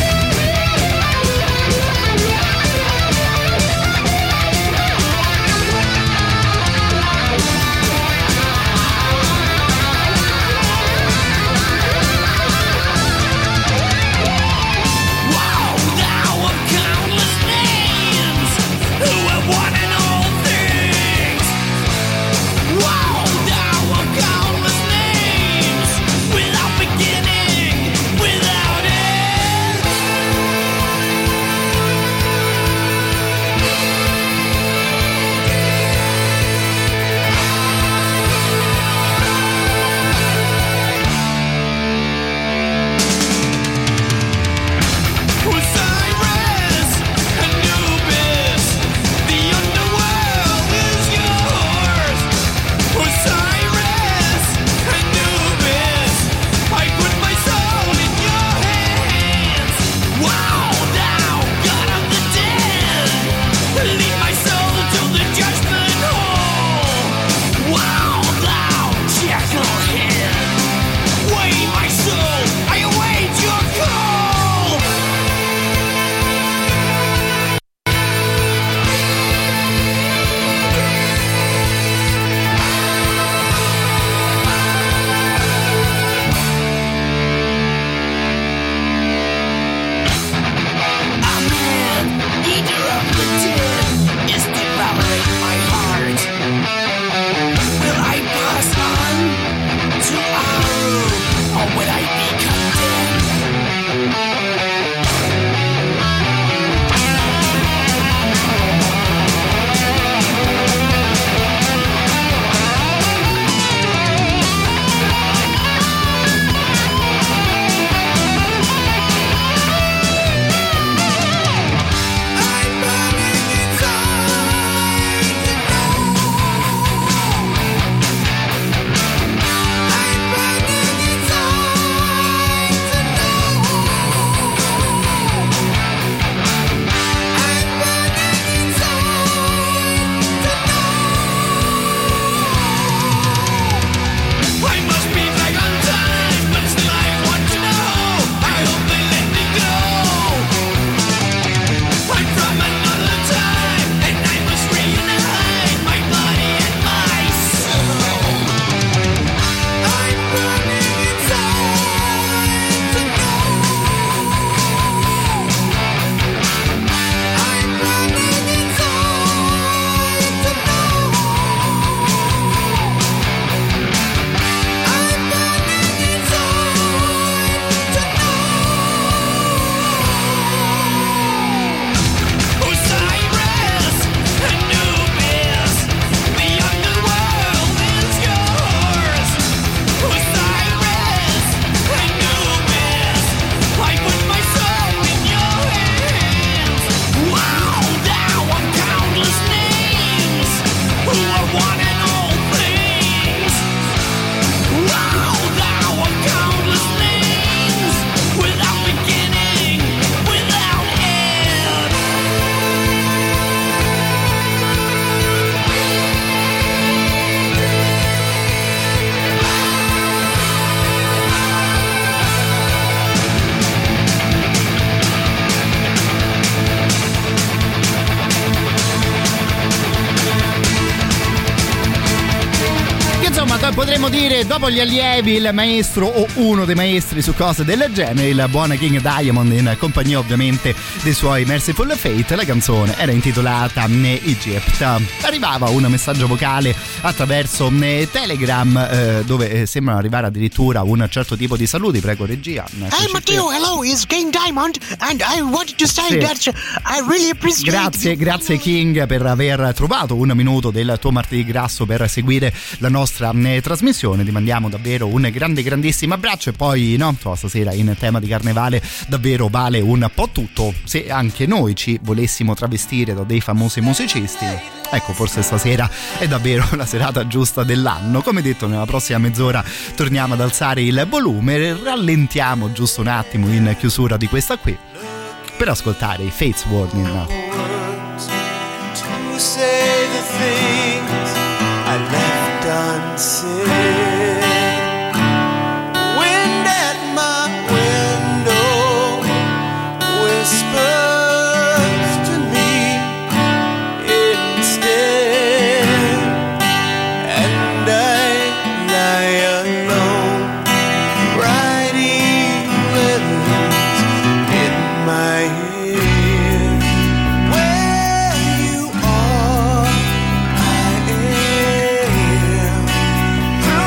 We'll be right back. Ecco, potremmo dire, dopo gli allievi, il maestro o uno dei maestri su cose del genere, il buon King Diamond, in compagnia ovviamente dei suoi Merciful Fate. La canzone era intitolata Egypt. Arrivava un messaggio vocale attraverso Telegram, eh, dove eh, sembrano arrivare addirittura un certo tipo di saluti. Prego, regia. Hey Matteo, hello, it's King Diamond and I wanted to say sì. that I really appreciate Grazie, you. grazie King per aver trovato un minuto del tuo martedì grasso per seguire la nostra eh, trasmissione. Ti mandiamo davvero un grande grandissimo abbraccio. E poi no, stasera in tema di carnevale davvero vale un po' tutto. Se anche noi ci volessimo travestire da dei famosi musicisti, ecco, forse stasera è davvero la serata giusta dell'anno. Come detto, nella prossima mezz'ora torniamo ad alzare il volume, rallentiamo giusto un attimo in chiusura di questa qui per ascoltare i Fates Warning. To say the things I left unsaid. Wind at my window whispers to me instead, and I lie alone writing letters in my head. Where you are, I am.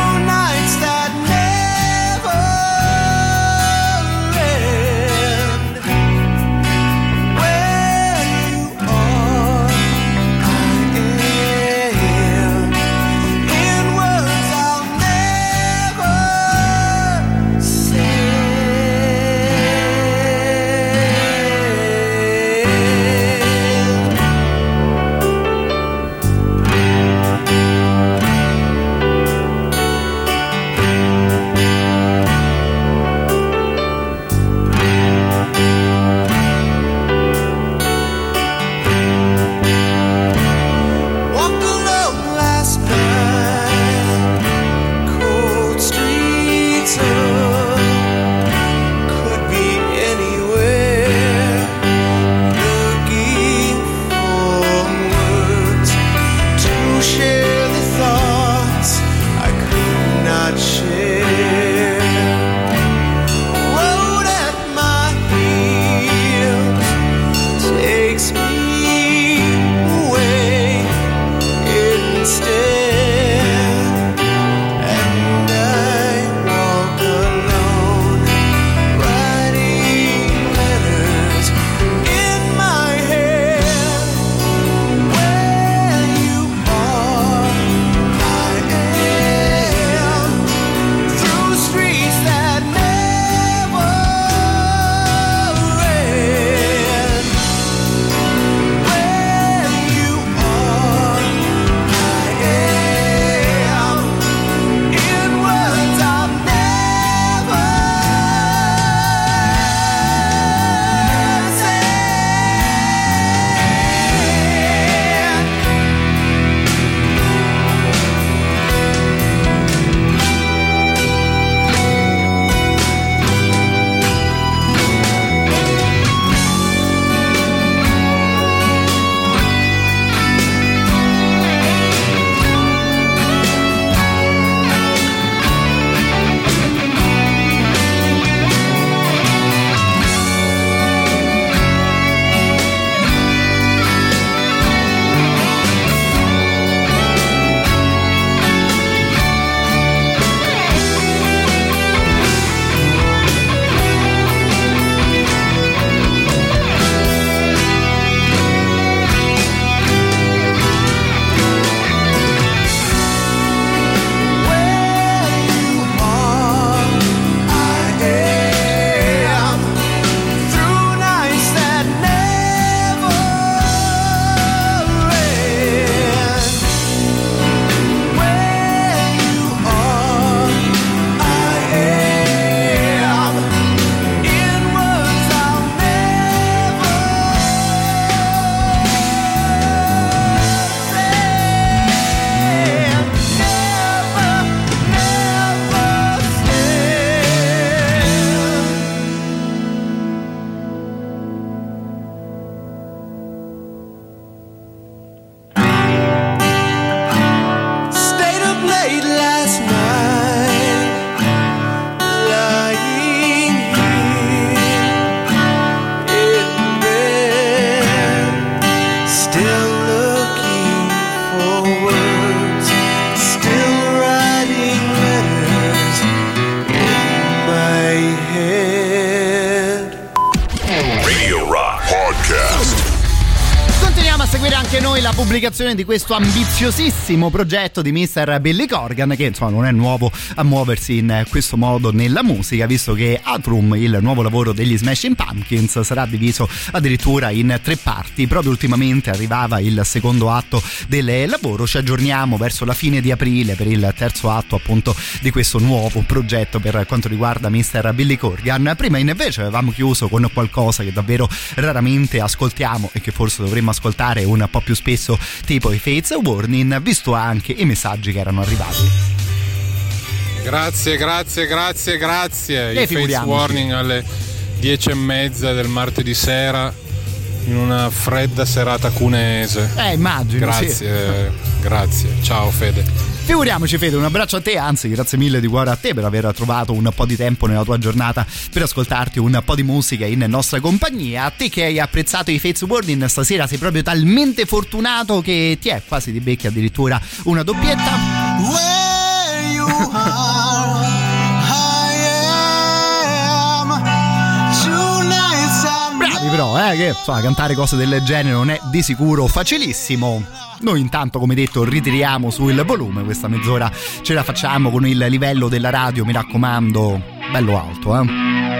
pubblicazione di questo ambiziosissimo progetto di mister Billy Corgan, che insomma non è nuovo a muoversi in questo modo nella musica, visto che Atrium, il nuovo lavoro degli Smashing Pumpkins, sarà diviso addirittura in tre parti. Proprio ultimamente arrivava il secondo atto del lavoro, ci aggiorniamo verso la fine di aprile per il terzo atto appunto di questo nuovo progetto per quanto riguarda mister Billy Corgan. Prima invece avevamo chiuso con qualcosa che davvero raramente ascoltiamo e che forse dovremmo ascoltare un po' più spesso, tipo i Fates Warning, visto anche i messaggi che erano arrivati. Grazie, grazie, grazie, grazie. I Fates Warning alle dieci e mezza del martedì sera in una fredda serata cuneese. Eh, immagino. Grazie, sì. Grazie. Ciao Fede. Figuriamoci Fede, un abbraccio a te, anzi grazie mille di cuore a te per aver trovato un po' di tempo nella tua giornata per ascoltarti un po' di musica in nostra compagnia. A te che hai apprezzato i Fates Warning stasera sei proprio talmente fortunato che ti è quasi di becchi addirittura una doppietta. Where you are, I am. Two nights I'm Bravi però, eh, che insomma cantare cose del genere non è di sicuro facilissimo. Noi intanto, come detto, ritiriamo sul volume, questa mezz'ora ce la facciamo con il livello della radio, mi raccomando, bello alto, eh.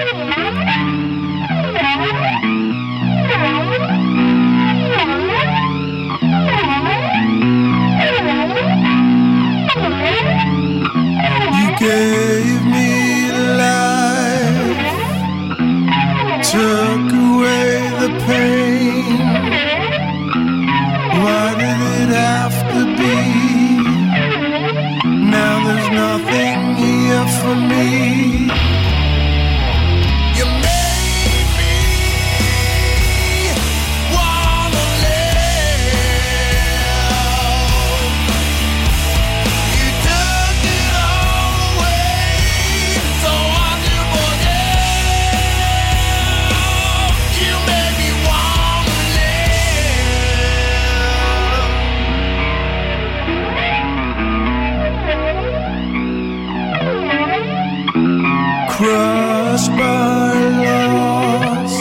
You gave me life, took away the pain. Why did it have to be? Now there's nothing here for me. You made me wanna live. You took it all away, so I do forget. You made me wanna crushed by loss,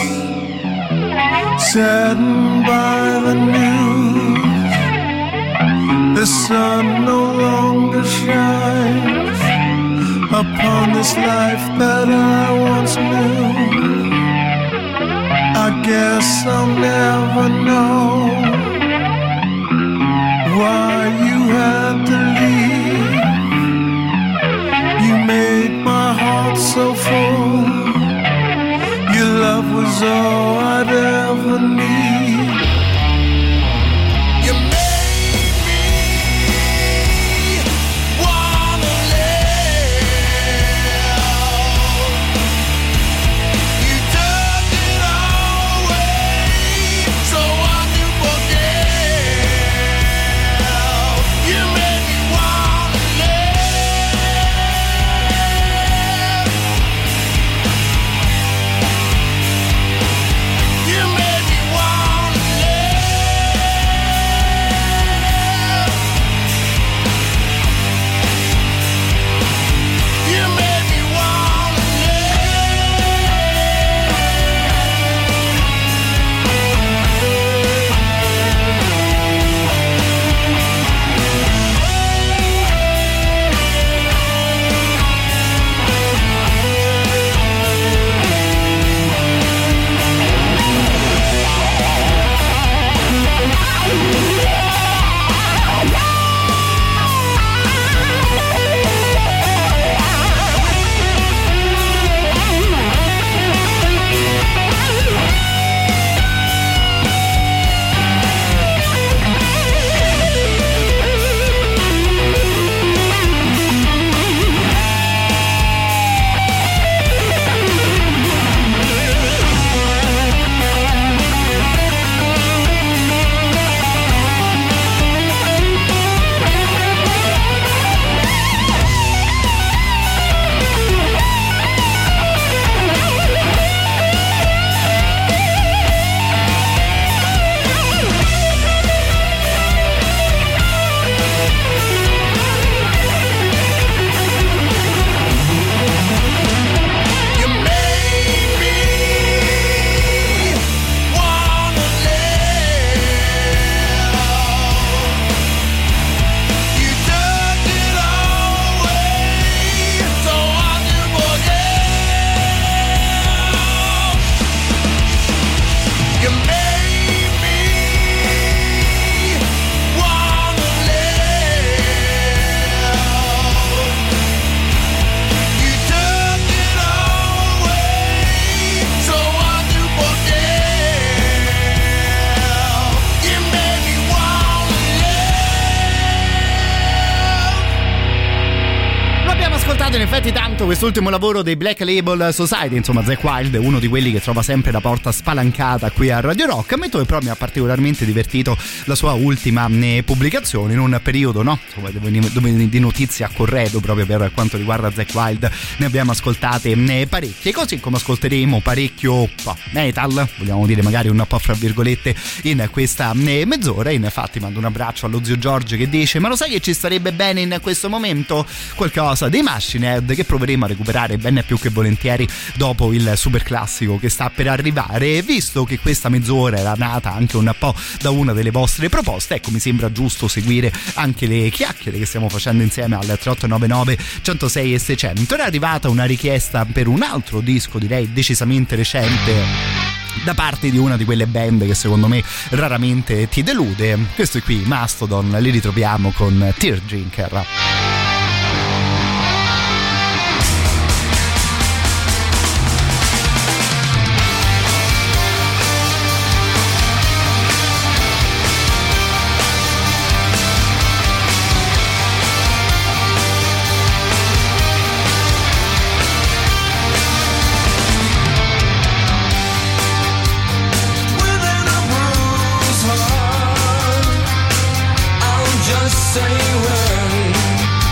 saddened by the news. The sun no longer shines upon this life that I once knew. I guess I'll never know why you had to leave. You made my heart so full. Your love was all I'd ever need. You made me wanna live. You took it all away, so I can forget. You made me wanna live. You made me wanna ascoltato in effetti tanto quest'ultimo lavoro dei Black Label Society, insomma Zakk Wylde è uno di quelli che trova sempre la porta spalancata qui a Radio Rock. Ammetto che però mi ha particolarmente divertito la sua ultima eh, pubblicazione in un periodo, no? Insomma, dove, dove di notizie a corredo proprio per quanto riguarda Zakk Wylde ne abbiamo ascoltate eh, parecchie, così come ascolteremo parecchio po' metal, vogliamo dire magari un po' fra virgolette in questa eh, mezz'ora. Infatti mando un abbraccio allo zio Giorgio che dice: ma lo sai che ci starebbe bene in questo momento qualcosa dei Machine Head, che proveremo a recuperare bene più che volentieri dopo il super classico che sta per arrivare. Visto che questa mezz'ora era nata anche un po' da una delle vostre proposte, ecco, mi sembra giusto seguire anche le chiacchiere che stiamo facendo insieme al tre otto nove nove centosei e seicento. Era arrivata una richiesta per un altro disco, direi decisamente recente, da parte di una di quelle band che secondo me raramente ti delude. Questo qui, Mastodon, li ritroviamo con Teardrinker. Say when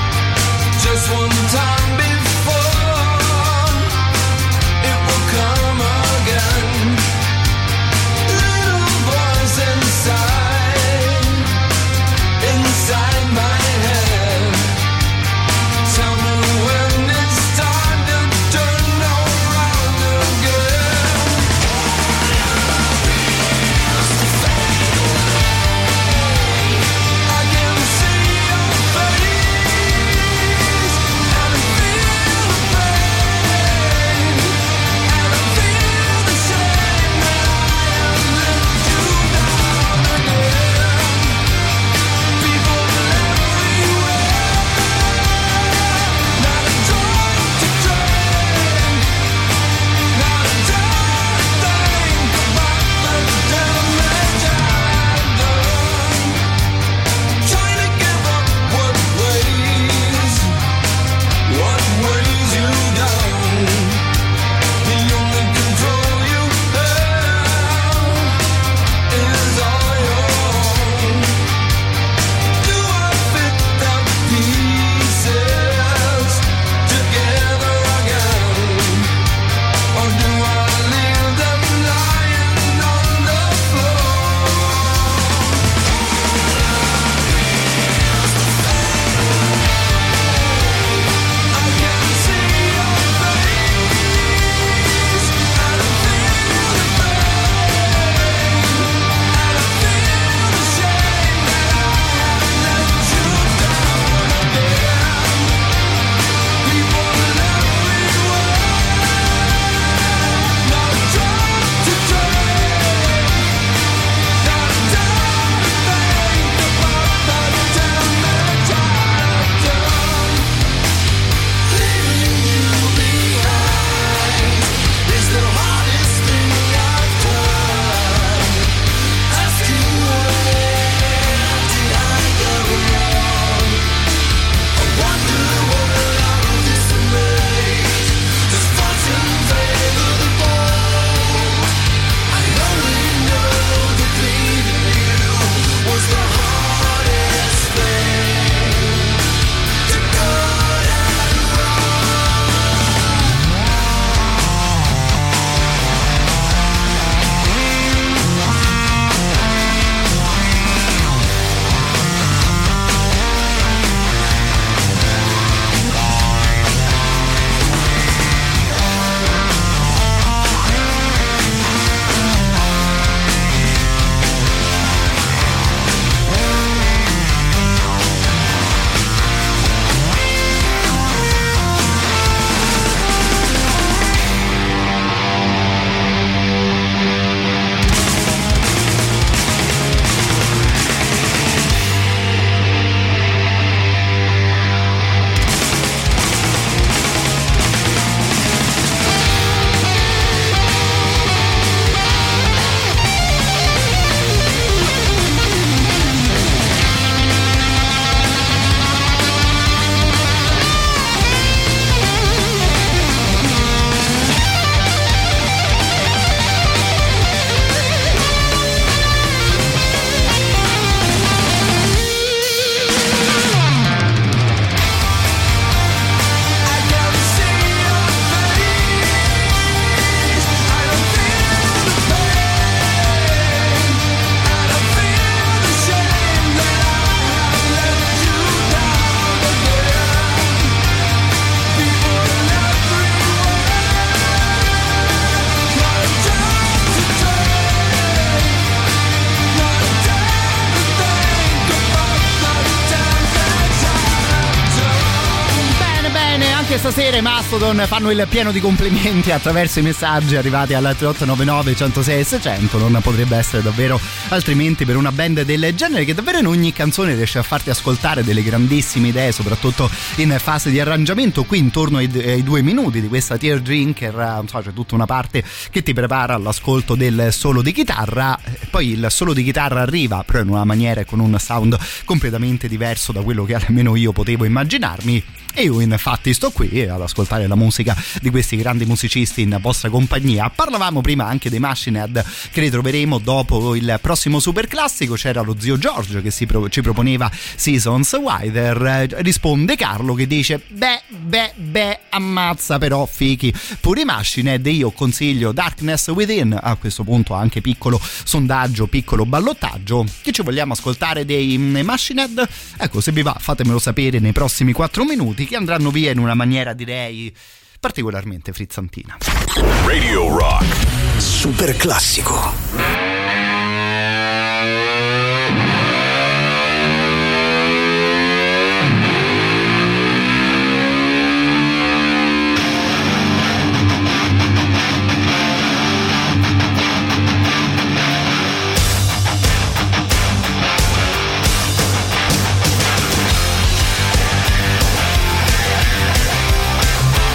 anche stasera i Mastodon fanno il pieno di complimenti attraverso i messaggi arrivati alla tre otto nove nove uno zero sei seicento. Non potrebbe essere davvero altrimenti per una band del genere, che davvero in ogni canzone riesce a farti ascoltare delle grandissime idee, soprattutto in fase di arrangiamento. Qui intorno ai, ai due minuti di questa Tear Drinker, non so, c'è tutta una parte che ti prepara all'ascolto del solo di chitarra, poi il solo di chitarra arriva però in una maniera e con un sound completamente diverso da quello che almeno io potevo immaginarmi, e io infatti sto qui ad ascoltare la musica di questi grandi musicisti in vostra compagnia. Parlavamo prima anche dei Machine Head che ritroveremo dopo il prossimo super classico. C'era lo zio Giorgio che si pro- ci proponeva Seasons Wider. Risponde Carlo che dice beh beh beh ammazza però fichi pure i Machine Head. Io consiglio Darkness Within. A questo punto anche piccolo sondaggio, piccolo ballottaggio. Che ci vogliamo ascoltare dei Machine Head? Ecco, se vi va fatemelo sapere nei prossimi quattro minuti, che andranno via in una maniera direi particolarmente frizzantina. Radio Rock super classico.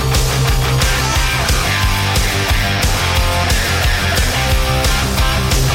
We'll be right back.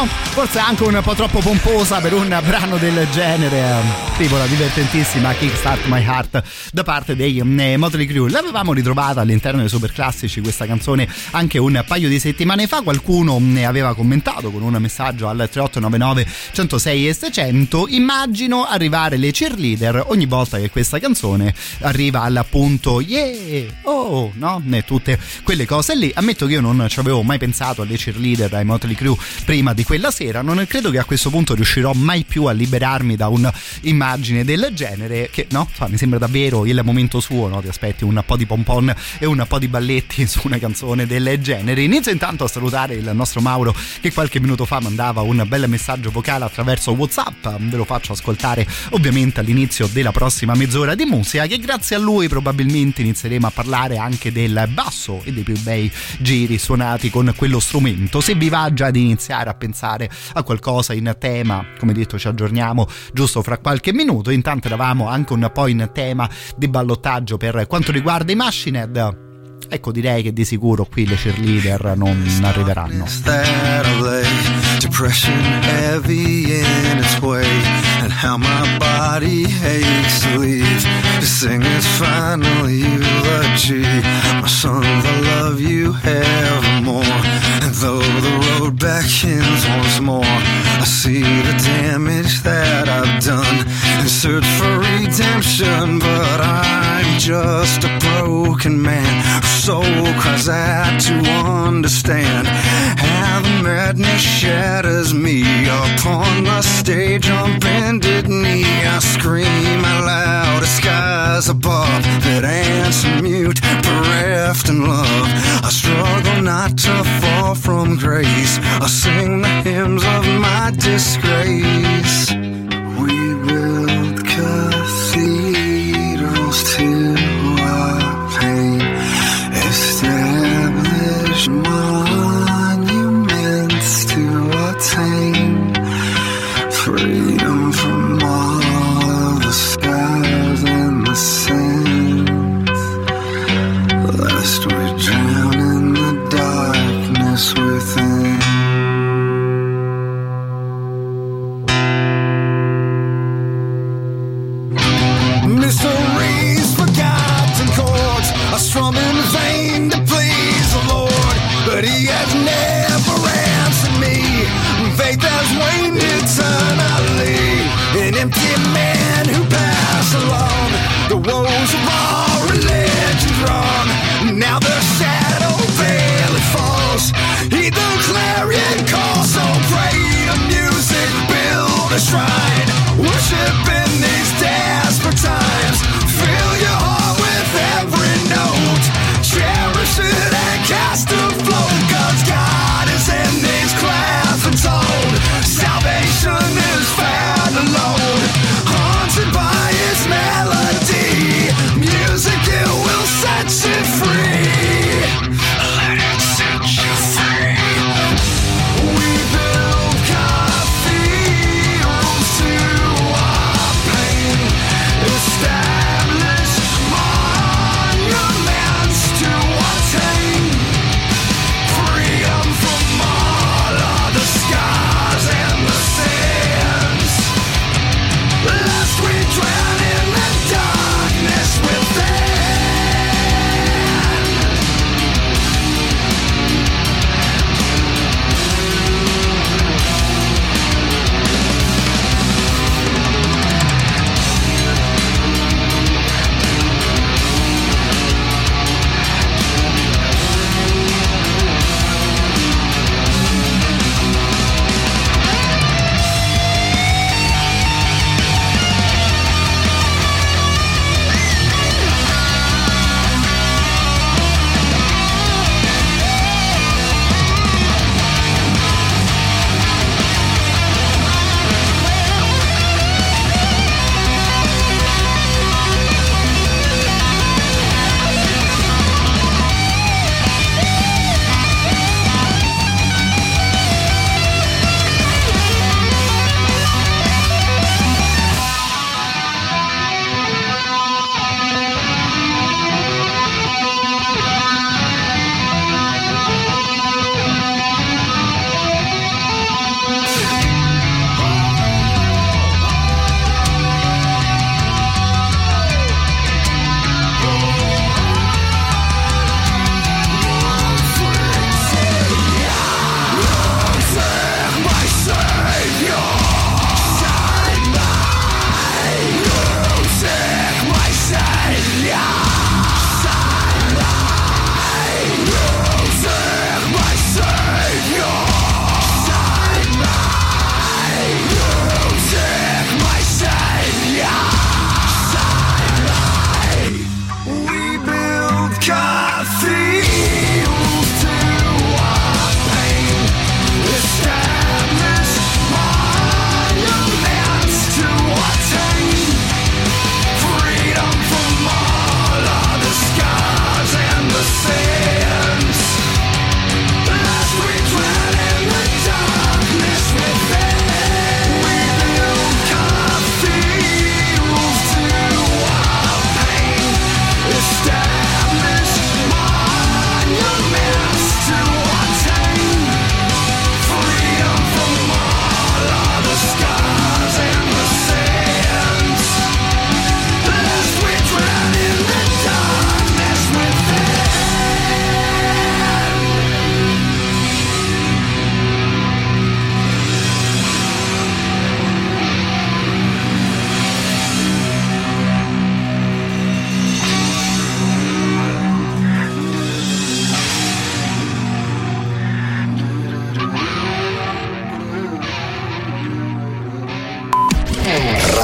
no? Forse anche un po' troppo pomposa per un brano del genere, tipo la divertentissima Kickstart My Heart da parte dei eh, Motley Crue. L'avevamo ritrovata all'interno dei super classici questa canzone anche un paio di settimane fa, qualcuno ne aveva commentato con un messaggio al tre otto nove nove uno zero sei e seicento. Immagino arrivare le cheerleader ogni volta che questa canzone arriva al punto yeah, oh, no? E tutte quelle cose lì. Ammetto che io non ci avevo mai pensato alle cheerleader, ai Motley Crue prima di quella sera, non credo che a questo punto riuscirò mai più a liberarmi da un'immagine del genere, che no, fa, mi sembra davvero il momento suo, no? Ti aspetti un po' di pompon e un po' di balletti su una canzone del genere. Inizio intanto a salutare il nostro Mauro che qualche minuto fa mandava un bel messaggio vocale attraverso WhatsApp, ve lo faccio ascoltare ovviamente all'inizio della prossima mezz'ora di musica, che grazie a lui probabilmente inizieremo a parlare anche del basso e dei più bei giri suonati con quello strumento. Se vi va già di iniziare a pensare a qualcosa in tema, come detto ci aggiorniamo giusto fra qualche minuto. Intanto eravamo anche un po' in tema di ballottaggio per quanto riguarda i Machine Head. Ecco, direi che di sicuro qui le cheerleader non arriveranno. Depression heavy in its way, and how my body aches to leave. To sing is finally eulogy. My sons, I love you evermore. And though the road beckons once more, I see the damage that I've done and search for redemption. But I'm just a broken man whose soul cries out to understand how the madness shatters me. Upon the stage on bended knee, I scream out loud at skies above that answer mute, bereft in love. I struggle not to fall from grace. I sing the hymns of my disgrace. We build cathedrals to our pain, establish monuments to attain freedom from all the scars and the sins, lest we drown in the darkness within. Mysteries, forgotten chords, I strum in vain to please the Lord, but He has never answered me. Faith has waned eternally, an empty man who passed along. The woes of all religions wrong. Now the shadow veil it falls. Heed the clarion call, so pray to music, build a shrine. Worship in these desperate times. Fill your heart with every note. Cherish it and cast a float, 'cause God is in these clouds and told. Salvation is found alone.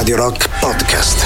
Radio Rock Podcast.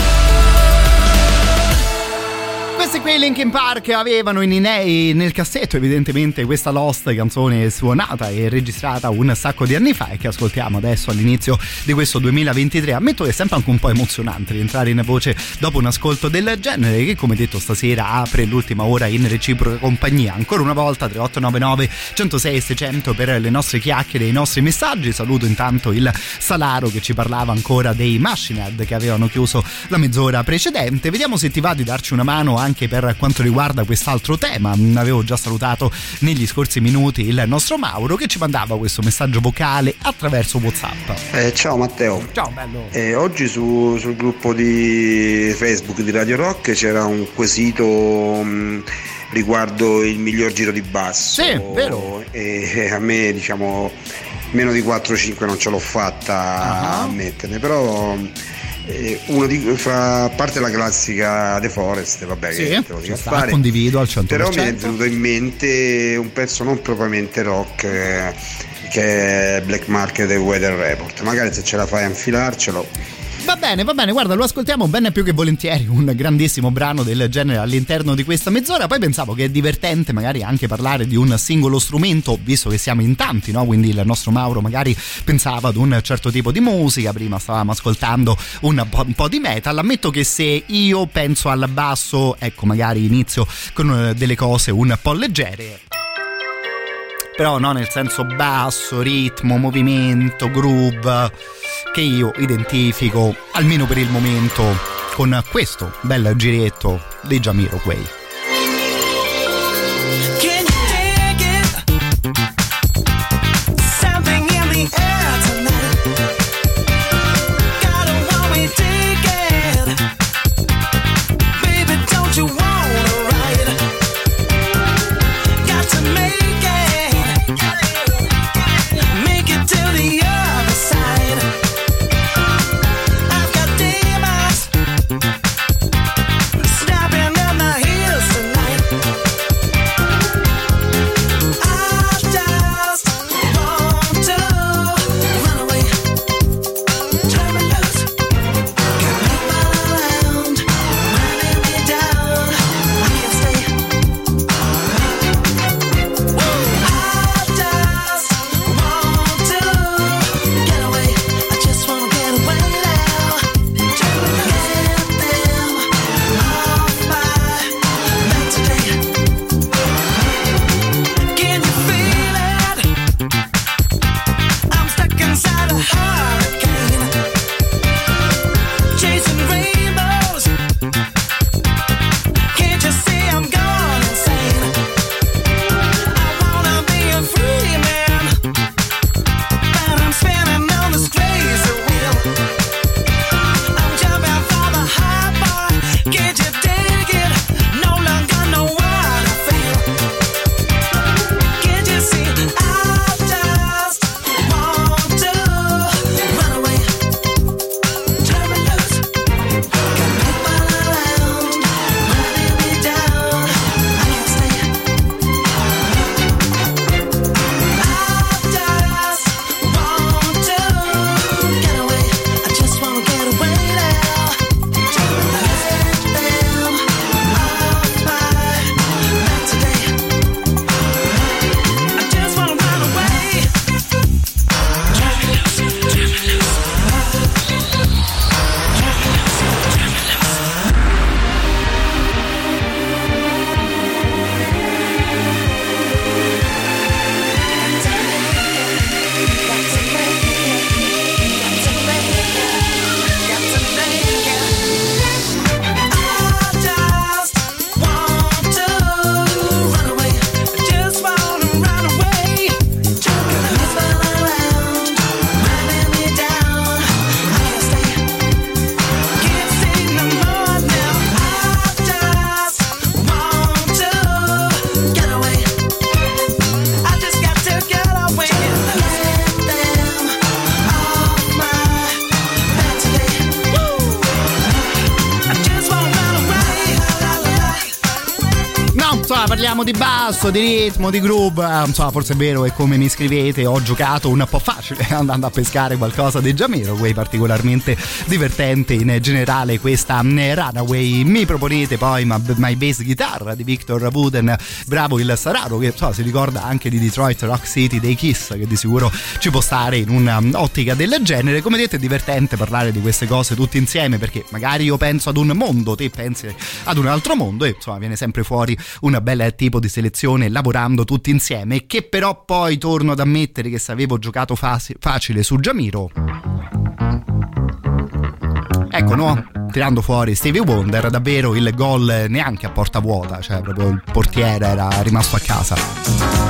Questi qui Linkin Park avevano in inei nel cassetto evidentemente questa Lost, canzone suonata e registrata un sacco di anni fa e che ascoltiamo adesso all'inizio di questo duemilaventitré. Ammetto che è sempre anche un po' emozionante rientrare in voce dopo un ascolto del genere, che come detto stasera apre l'ultima ora in reciproca compagnia. Ancora una volta tre otto nove nove uno zero sei sei zero zero per le nostre chiacchiere e i nostri messaggi. Saluto intanto il Salaro che ci parlava ancora dei Machine Head che avevano chiuso la mezz'ora precedente. Vediamo se ti va di darci una mano anche per quanto riguarda quest'altro tema. Avevo già salutato negli scorsi minuti il nostro Mauro che ci mandava questo messaggio vocale attraverso WhatsApp. Eh, ciao Matteo. Ciao bello. Eh, oggi su, sul gruppo di Facebook di Radio Rock c'era un quesito mh, riguardo il miglior giro di basso. Sì, vero. E a me diciamo meno di quattro cinque non ce l'ho fatta uh-huh. a mettere, però uno di fra a parte la classica The Forest, vabbè, sì, che te lo dico a fare, condivido al cento per cento. Però mi è venuto in mente un pezzo non propriamente rock eh, che è Black Market e Weather Report. Magari se ce la fai a infilarcelo. Va bene, va bene, guarda, lo ascoltiamo bene più che volentieri, un grandissimo brano del genere all'interno di questa mezz'ora. Poi pensavo che è divertente magari anche parlare di un singolo strumento, visto che siamo in tanti, no? Quindi il nostro Mauro magari pensava ad un certo tipo di musica, prima stavamo ascoltando un po', un po' di metal. Ammetto che se io penso al basso, ecco, magari inizio con delle cose un po' leggere, però no nel senso basso, ritmo, movimento, groove, che io identifico almeno per il momento con questo bel giretto dei Jamiroquai. Snapping in the heel insomma parliamo di basso, di ritmo, di groove, insomma forse è vero che come mi scrivete ho giocato un po' facile andando a pescare qualcosa di Jamiroquai, particolarmente divertente in generale questa Runaway. Mi proponete poi My Bass Guitar di Victor Wooten, bravo il Sararo che so, si ricorda anche di Detroit Rock City dei Kiss, che di sicuro ci può stare in un'ottica del genere. Come detto è divertente parlare di queste cose tutti insieme, perché magari io penso ad un mondo, te pensi ad un altro mondo e insomma viene sempre fuori un bel tipo di selezione lavorando tutti insieme, che però poi torno ad ammettere che se avevo giocato faci- facile su Jamiro, ecco no, tirando fuori Stevie Wonder, davvero il gol neanche a porta vuota, cioè proprio il portiere era rimasto a casa.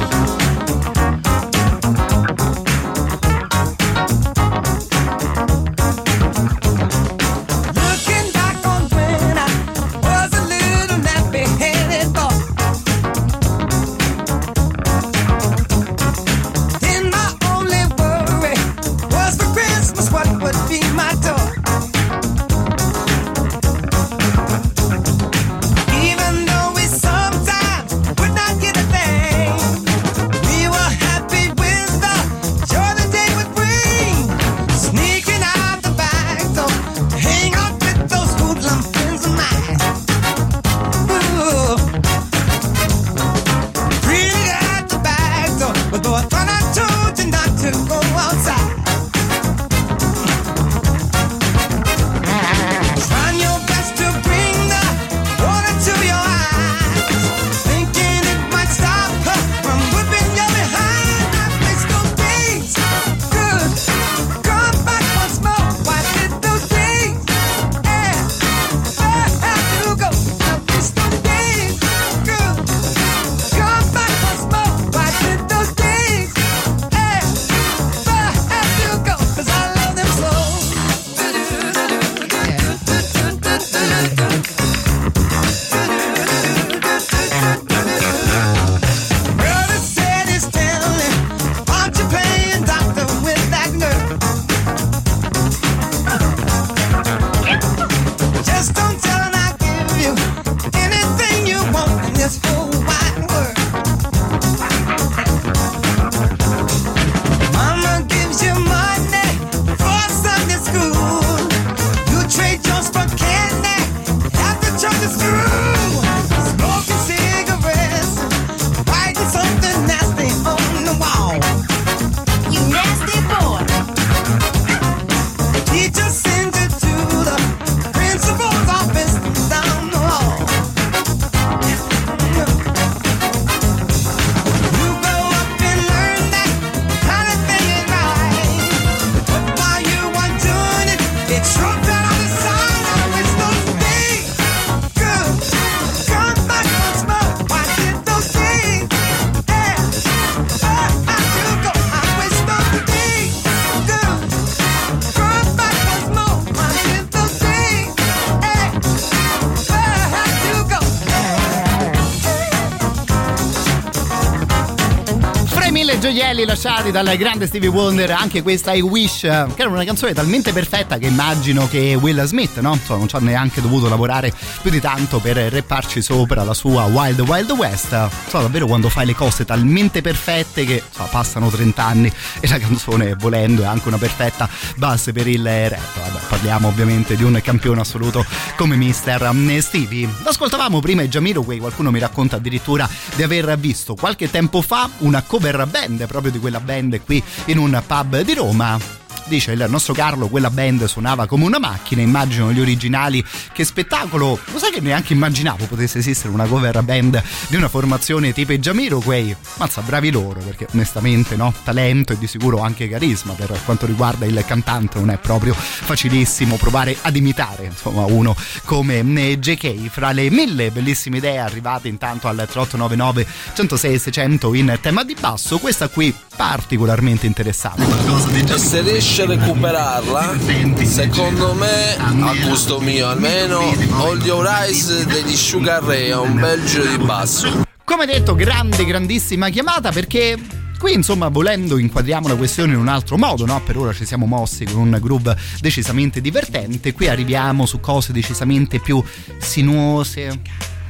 Gioielli lasciati dal grande Stevie Wonder, anche questa I Wish, che era una canzone talmente perfetta che immagino che Will Smith, no? Insomma, non ci ha neanche dovuto lavorare più di tanto per rapparci sopra la sua Wild Wild West. So, davvero quando fai le cose talmente perfette che so, passano trenta anni e la canzone, volendo, è anche una perfetta base per il rap. Vabbè, parliamo ovviamente di un campione assoluto come mister Stevie. Ascoltavamo prima i Jamiroquai, qualcuno mi racconta addirittura di aver visto qualche tempo fa una cover band proprio di quella band qui in un pub di Roma. Dice il nostro Carlo, quella band suonava come una macchina, immagino gli originali, che spettacolo. Lo sai che neanche immaginavo potesse esistere una cover band di una formazione tipo i Jamiroquai. Mazza, bravi loro, perché onestamente no, talento e di sicuro anche carisma per quanto riguarda il cantante non è proprio facilissimo provare ad imitare insomma uno come J K. Fra le mille bellissime idee arrivate intanto al tre otto nove nove uno zero sei sei zero zero in tema di basso, questa qui particolarmente interessante. E se riesci a recuperarla, secondo me, a gusto mio almeno, All Your Eyes degli Sugar Ray è un bel giro di basso. Come detto, grande grandissima chiamata, perché qui insomma volendo inquadriamo la questione in un altro modo, no? Per ora ci siamo mossi con un groove decisamente divertente, qui arriviamo su cose decisamente più sinuose,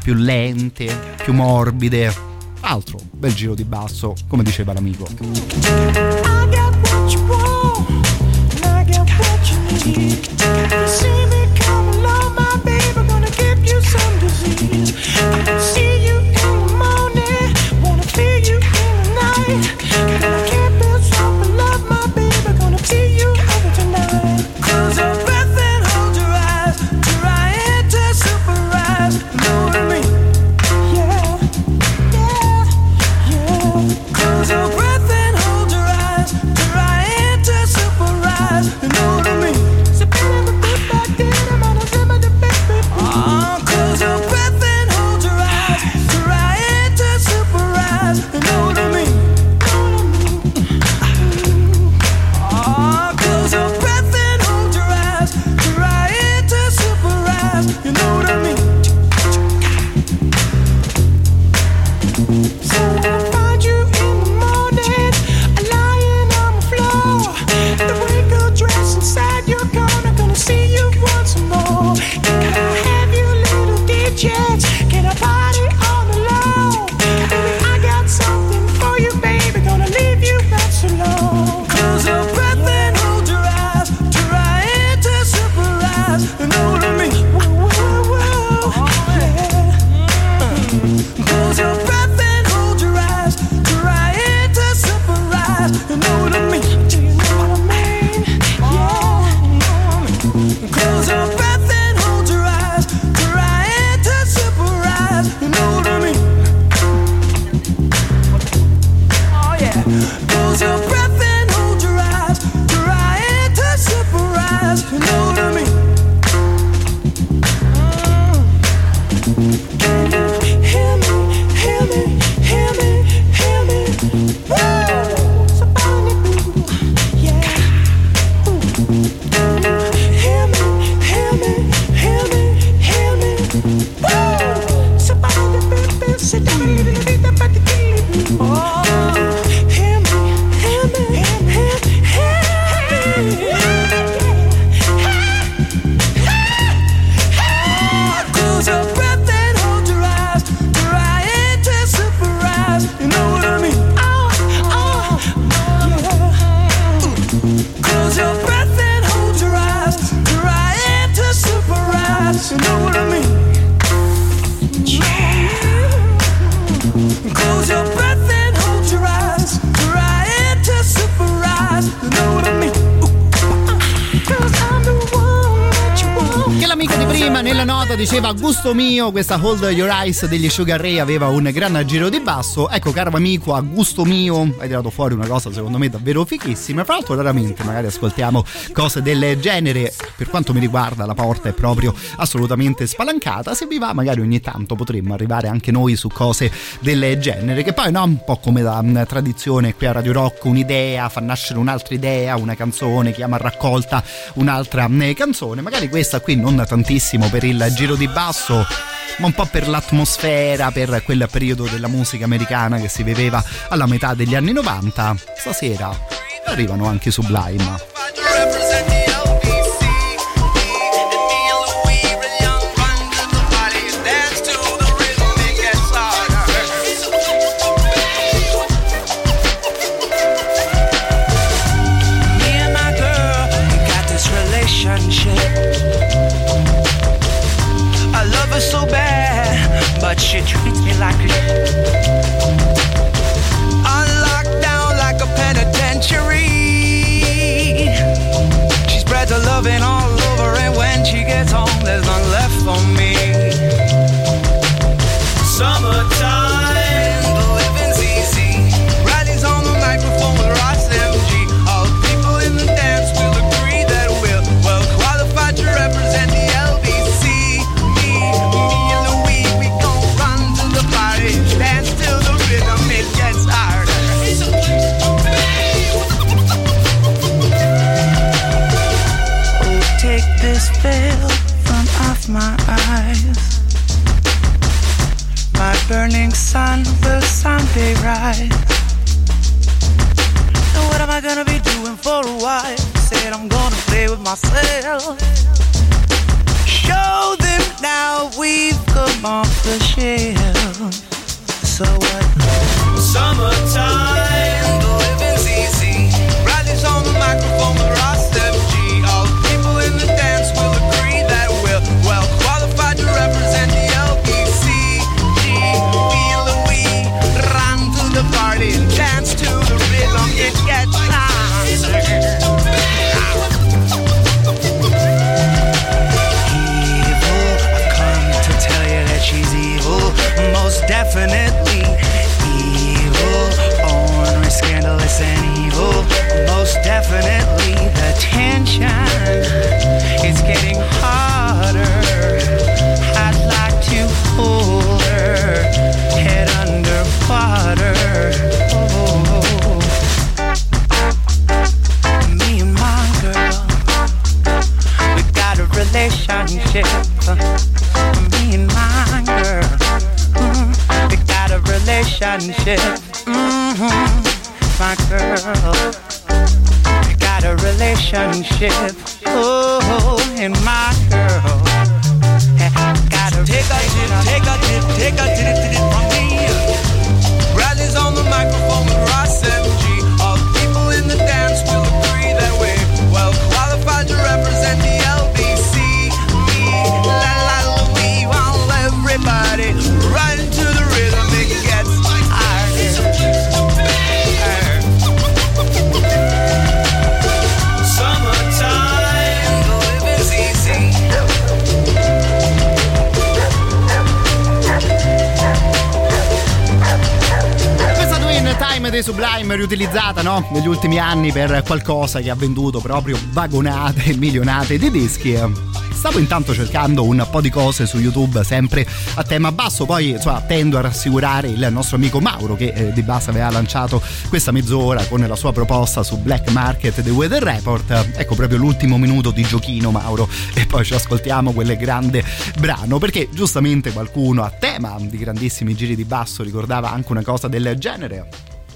più lente, più morbide. Altro bel giro di basso, come diceva l'amico. I got what you want, and I got what you need. You see me come along, my baby, gonna give you some disease. I can see you in the morning, wanna feel you in the night. And I can't build something love, my baby, gonna see you over tonight. Close your breath and hold your eyes, try it to supervise. You know what I mean? Yeah, yeah, yeah. Close your breath and hold your eyes, try it to supervise. You know what I mean? So better to put back in, I'm on a simmer to baby. Oh, close your breath and hold your eyes, try it to supervise. You know what I mean? Oh, close your breath and hold your eyes, try it to supervise. You know what I mean? So I find you in the morning, lying on the floor. The way you dress inside your corner, gonna see you once more. Can I have you little D Js? Can I party on the low? Baby, I got something for you, baby, gonna leave you not so long. Close your breath and hold your eyes, try it to supervise. You know what I mean? Whoa, whoa, whoa, yeah. Close your breath and hold your eyes, try it to supervise. You know what I mean? Do you know what I mean? Yeah. Close your breath and hold your eyes, try it to supervise. You know what I mean? Oh yeah. Close your breath and hold your eyes, try it to supervise. You know what I mean? Can you hear me? Hear me? Hear me? Hear me? Woo! Somebody boo. Yeah. Ooh. Can you hear me? Hear me? Hear me? Hear me? Woo! Somebody boo boo. Sit down and leave it at the key. Oh. Hear me? Hear me? Hear me? Hear me? Close your breath and hold your eyes, try it to supervise. You know what I mean? Oh, oh, yeah. Ooh. Close your breath and hold your eyes, try it to supervise. You know what I mean? Yeah. Close your breath and hold your eyes, try it to supervise. You know what I mean? Ooh. 'Cause I'm the one that you want. Che l'amica di prima nella nota diceva gusto mio, questa Hold Your Eyes degli Sugar Ray aveva un gran giro di basso. Ecco, caro amico, a gusto mio hai tirato fuori una cosa secondo me davvero fichissima. Fra l'altro raramente magari ascoltiamo cose del genere. Per quanto mi riguarda la porta è proprio assolutamente spalancata. Se vi va magari ogni tanto potremmo arrivare anche noi su cose del genere, che poi no, un po' come da um, tradizione qui a Radio Rock, un'idea fa nascere un'altra idea, una canzone chiama a raccolta un'altra um, canzone. Magari questa qui non tantissimo per il giro di basso, ma un po' per l'atmosfera, per quel periodo della musica americana che si viveva alla metà degli anni novanta. Stasera arrivano anche Sublime. I love her so bad, but she treats me like a I'm locked down like a penitentiary. She spreads her loving all over, and when she gets home, there's none left for me. Summertime, the living's easy. Riley's on the microphone with Ross M G. All the people in the dance will agree that we're well qualified to represent the L B C. Me, me and Louis, we gon' run to the party, dance till the rhythm it gets harder. Oh, take this veil from off my eyes. My burning sun will someday rise. And what am I gonna be doing for a while? Said I'm gonna play with myself. Show them now we've come off the the ship. So what? Summertime, the living's easy. Bradley's on the microphone with Ross F G. All the people in the dance will agree that we're well qualified to represent the L B C. G, feel the we, run to the party and dance to the rhythm. It gets louder. Evil, I've come to tell you that she's evil, most definitely evil, ornery, scandalous and evil, most definitely. The tension is getting harder. I'd like to hold her head underwater. Oh, me and my girl, we got a relationship. Me and my girl, mm, we got a relationship. Mm-hmm. My girl, we got a relationship. Oh, and my girl, got a take a dip, take a dip, take a dip, dip from me. Bradley's on the microphone with Ross M G. All the people in the dance will agree that we're well qualified to represent the L B C. Me, la la la, we want everybody right into the rhythm. It gets harder. Summertime, the living's easy. Questa Twin Time dei Sublime riutilizzata, no? Negli ultimi anni per qualcosa che ha venduto proprio vagonate e milionate di dischi. Stavo intanto cercando un po' di cose su YouTube sempre a tema basso, poi insomma tendo a rassicurare il nostro amico Mauro che eh, di base aveva lanciato questa mezz'ora con la sua proposta su Black Market The Weather Report. Ecco proprio l'ultimo minuto di giochino, Mauro, e poi ci ascoltiamo quel grande brano, perché giustamente qualcuno a tema di grandissimi giri di basso ricordava anche una cosa del genere.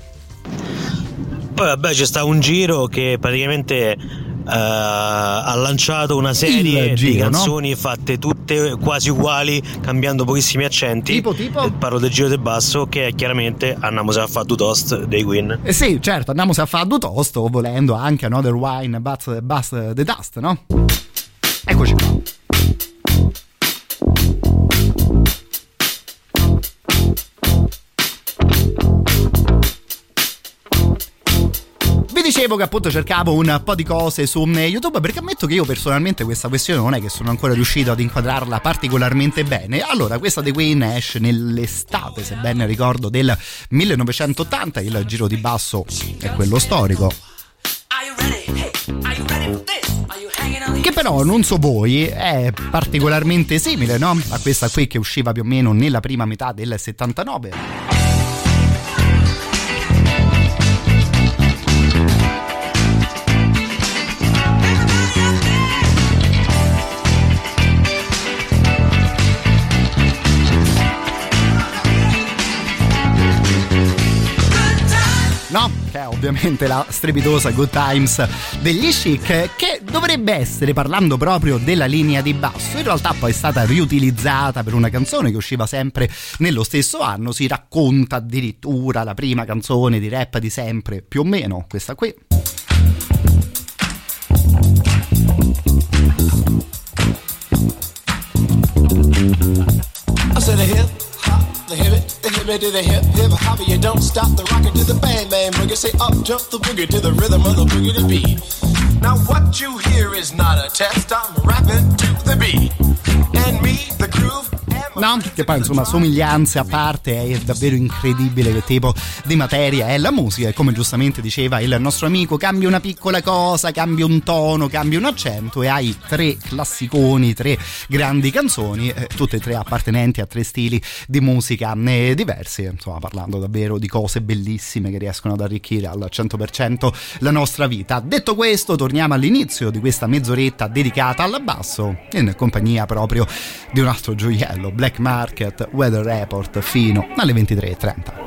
Poi vabbè, c'è sta un giro che praticamente uh, ha lanciato una serie giro, di canzoni, no? fatte tutte quasi uguali, cambiando pochissimi accenti. Tipo, tipo? Parlo del giro del basso, che è chiaramente Andiamo a fare due toast dei Queen. Eh sì, certo, andiamo a fare due toast, o volendo anche Another Wine Bust the Dust, no? Eccoci qua. Vi dicevo che appunto cercavo un po' di cose su YouTube, perché ammetto che io personalmente questa questione non è che sono ancora riuscito ad inquadrarla particolarmente bene. Allora, questa The Queen esce nell'estate, se ben ricordo, del millenovecentottanta, il giro di basso è quello storico, che però, non so voi, è particolarmente simile, no? A questa qui che usciva più o meno nella prima metà del settantanove. No, che è ovviamente la strepitosa Good Times degli Chic, che dovrebbe essere, parlando proprio della linea di basso, in realtà poi è stata riutilizzata per una canzone che usciva sempre nello stesso anno. Si racconta addirittura la prima canzone di rap di sempre, più o meno, questa qui. I said a hip hop, the hip it, the hip it to the hip hip hop. You don't stop the rocket to the bang bang boogie. Say up jump the boogie to the rhythm of the boogie to beat. Now what you hear is not a test. I'm rapping to the beat, and me the groove. No, che poi insomma somiglianze a parte, è davvero incredibile che tipo di materia è la musica, e come giustamente diceva il nostro amico, cambia una piccola cosa, cambia un tono, cambia un accento e hai tre classiconi, tre grandi canzoni, eh, tutte e tre appartenenti a tre stili di musica eh, diversi, insomma parlando davvero di cose bellissime che riescono ad arricchire al cento per cento la nostra vita. Detto questo, torniamo all'inizio di questa mezz'oretta dedicata al basso, in compagnia proprio di un altro gioiello, Black Market Weather Report, fino alle ventitré e trenta.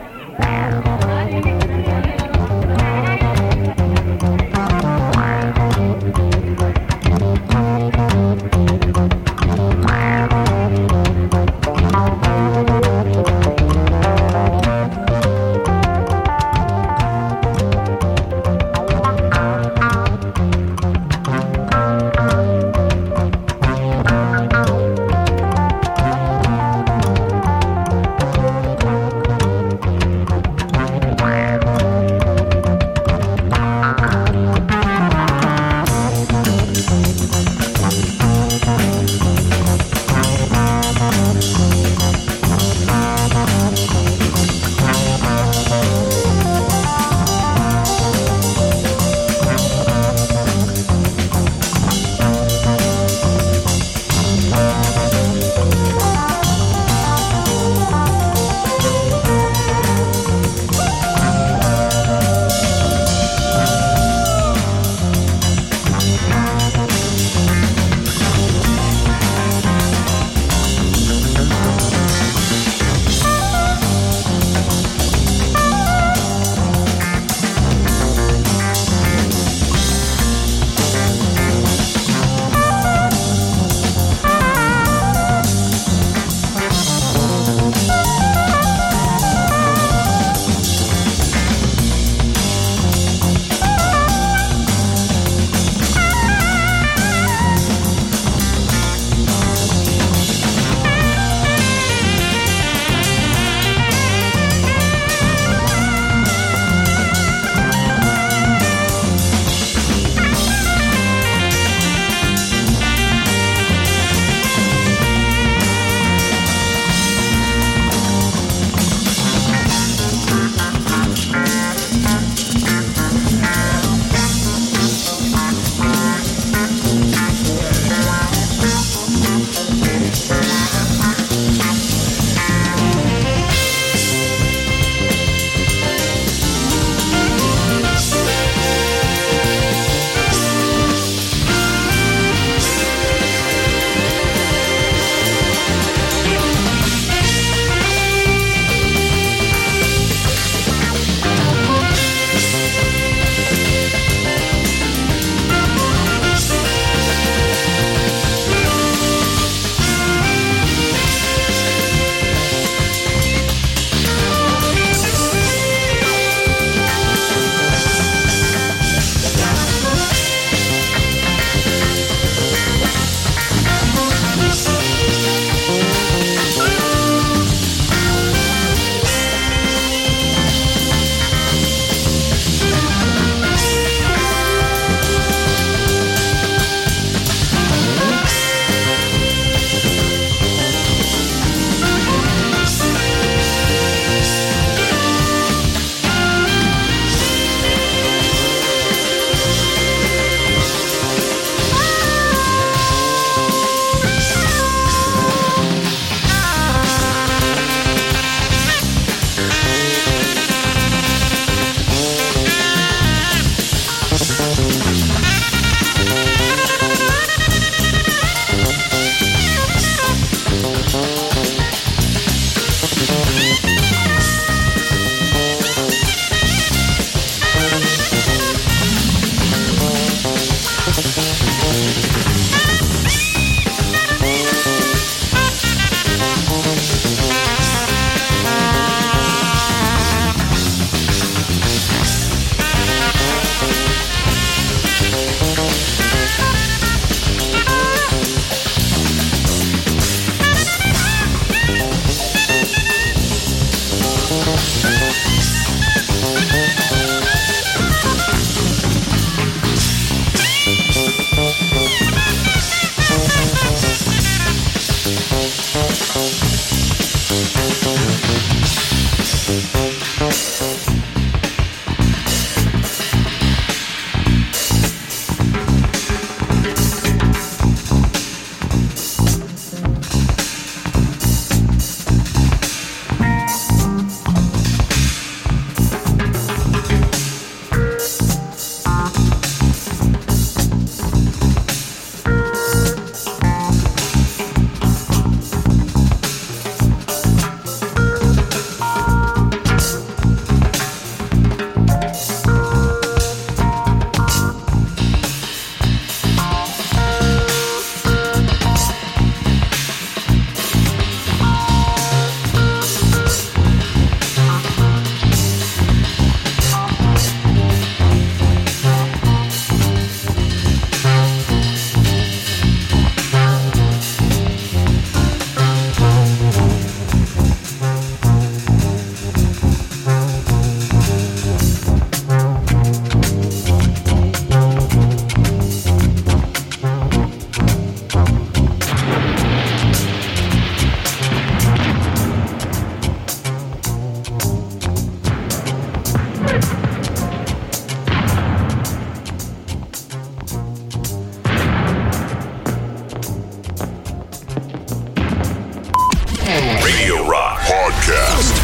Radio Rock Podcast.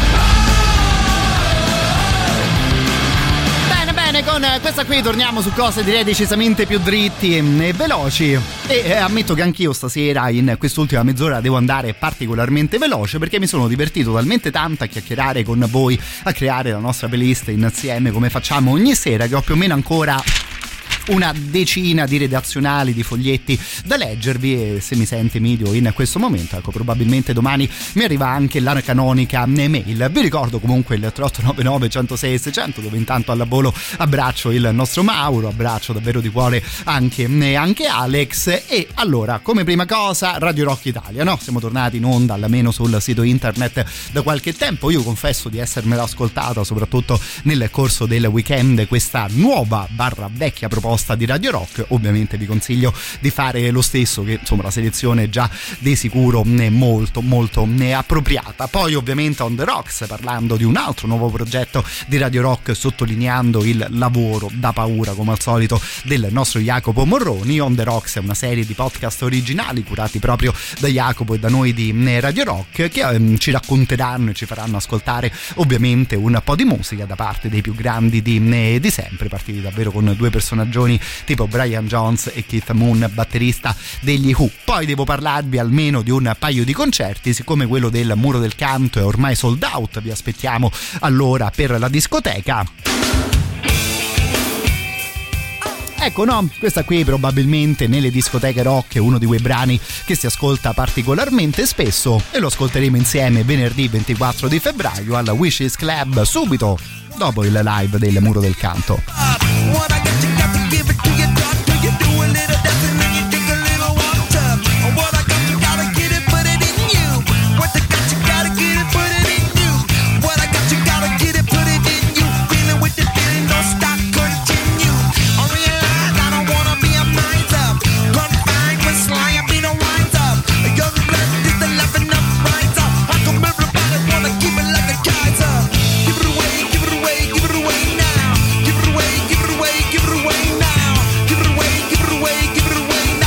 Con questa qui torniamo su cose direi decisamente più dritti e veloci e eh, ammetto che anch'io stasera in quest'ultima mezz'ora devo andare particolarmente veloce perché mi sono divertito talmente tanto a chiacchierare con voi, a creare la nostra playlist insieme come facciamo ogni sera, che ho più o meno ancora una decina di redazionali, di foglietti da leggervi, e se mi sente medio in questo momento, ecco, probabilmente domani mi arriva anche la canonica mail. Vi ricordo comunque il tre otto nove nove, centosei e seicento, dove intanto alla volo abbraccio il nostro Mauro, abbraccio davvero di cuore anche, anche Alex. E allora, come prima cosa, Radio Rock Italia, no? Siamo tornati in onda almeno sul sito internet da qualche tempo. Io confesso di essermela ascoltata soprattutto nel corso del weekend, questa nuova barra vecchia proposta di Radio Rock. Ovviamente vi consiglio di fare lo stesso, che insomma la selezione è già di sicuro molto molto appropriata. Poi ovviamente On The Rocks, parlando di un altro nuovo progetto di Radio Rock, sottolineando il lavoro da paura come al solito del nostro Jacopo Morroni. On The Rocks è una serie di podcast originali curati proprio da Jacopo e da noi di Radio Rock, che ehm, ci racconteranno e ci faranno ascoltare ovviamente un po' di musica da parte dei più grandi di, di sempre, partiti davvero con due personaggi tipo Brian Jones e Keith Moon, batterista degli Who. Poi devo parlarvi almeno di un paio di concerti, siccome quello del Muro del Canto è ormai sold out, vi aspettiamo allora per la discoteca. Ecco, no, questa qui probabilmente nelle discoteche rock è uno di quei brani che si ascolta particolarmente spesso, e lo ascolteremo insieme venerdì ventiquattro di febbraio al Wishes Club, subito dopo il live del Muro del Canto. Give it away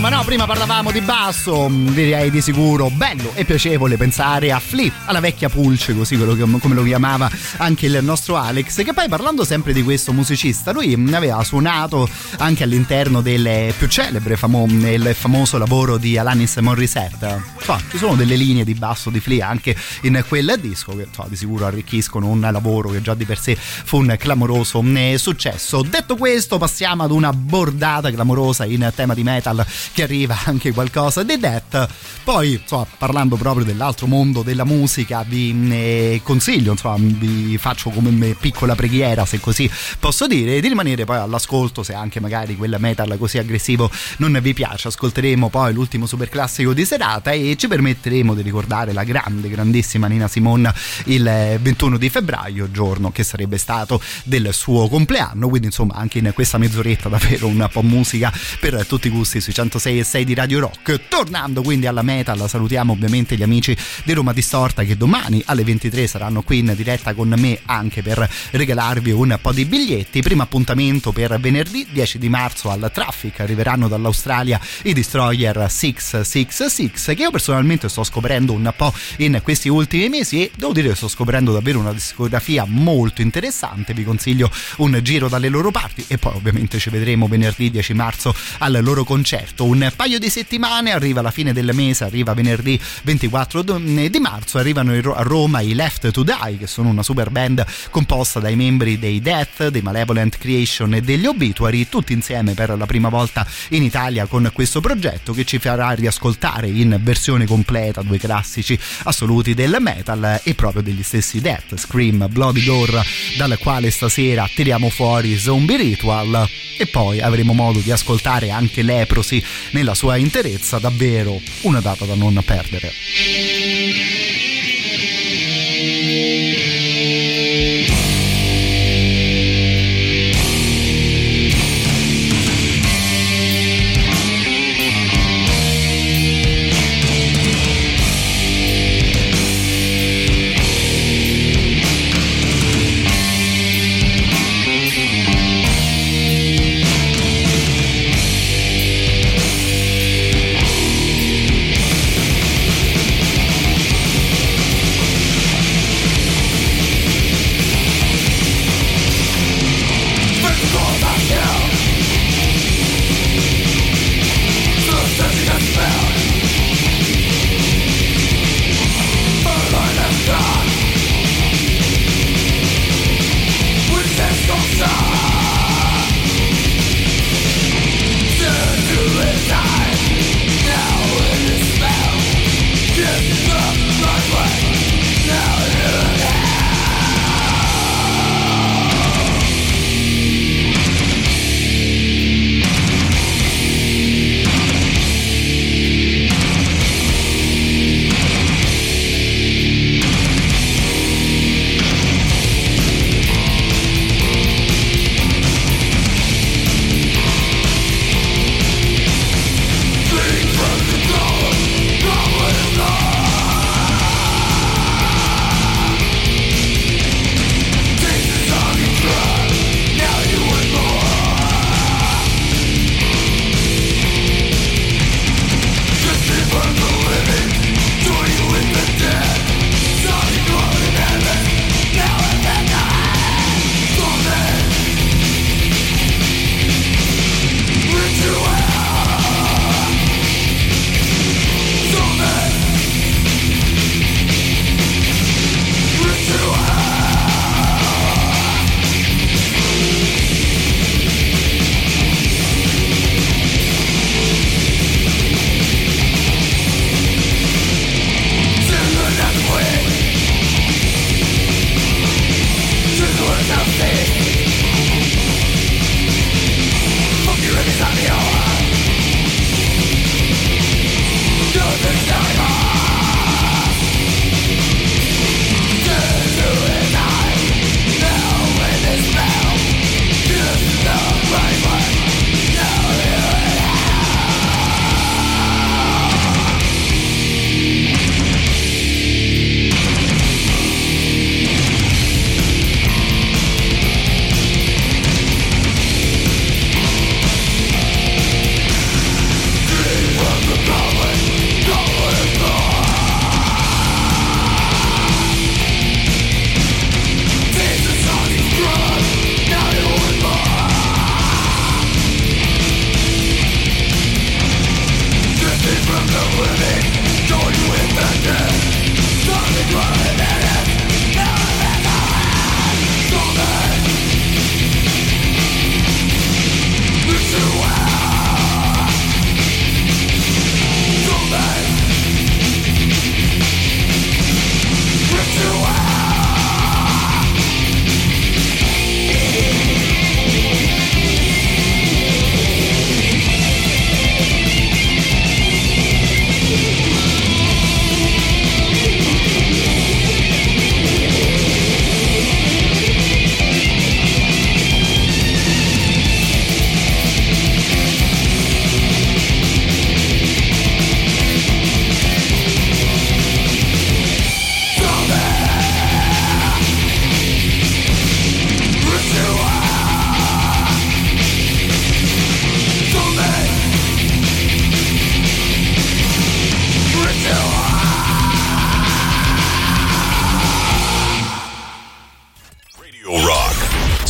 insomma, no, prima parlavamo di basso, direi di sicuro bello e piacevole pensare a Flea, alla vecchia pulce, così quello che, come lo chiamava anche il nostro Alex, che poi, parlando sempre di questo musicista, lui aveva suonato anche all'interno del più celebre famo, il famoso lavoro di Alanis Morissette. Insomma, ci sono delle linee di basso di Flea anche in quel disco che, insomma, di sicuro arricchiscono un lavoro che già di per sé fu un clamoroso successo. Detto questo, passiamo ad una bordata clamorosa in tema di metal, che arriva anche qualcosa dei Death. Poi, insomma, parlando proprio dell'altro mondo della musica, vi eh, consiglio, insomma, vi faccio come piccola preghiera, se così posso dire, di rimanere poi all'ascolto, se anche magari quel metal così aggressivo non vi piace. Ascolteremo poi l'ultimo super classico di serata e ci permetteremo di ricordare la grande, grandissima Nina Simone il ventuno di febbraio, giorno che sarebbe stato del suo compleanno. Quindi, insomma, anche in questa mezz'oretta davvero un po' musica per tutti i gusti sui centosei e sei di Radio Rock. Tornando quindi alla metal, salutiamo ovviamente gli amici di Roma Distorta, che domani alle ventitré saranno qui in diretta con me anche per regalarvi un po' di biglietti. Primo appuntamento per venerdì dieci di marzo al Traffic, arriveranno dall'Australia i Destroyer sei sei sei, che io personalmente sto scoprendo un po' in questi ultimi mesi e devo dire che sto scoprendo davvero una discografia molto interessante. Vi consiglio un giro dalle loro parti e poi ovviamente ci vedremo venerdì dieci marzo al loro concerto. Un paio di settimane, arriva la fine del mese, arriva venerdì ventiquattro di marzo, arrivano a Roma i Left to Die, che sono una super band composta dai membri dei Death, dei Malevolent Creation e degli Obituary, tutti insieme per la prima volta in Italia con questo progetto che ci farà riascoltare in versione completa due classici assoluti del metal e proprio degli stessi Death, Scream, Bloody Door, dal quale stasera tiriamo fuori Zombie Ritual, e poi avremo modo di ascoltare anche Leprosy nella sua interezza. Davvero una data da non perdere.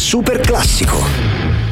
super classico.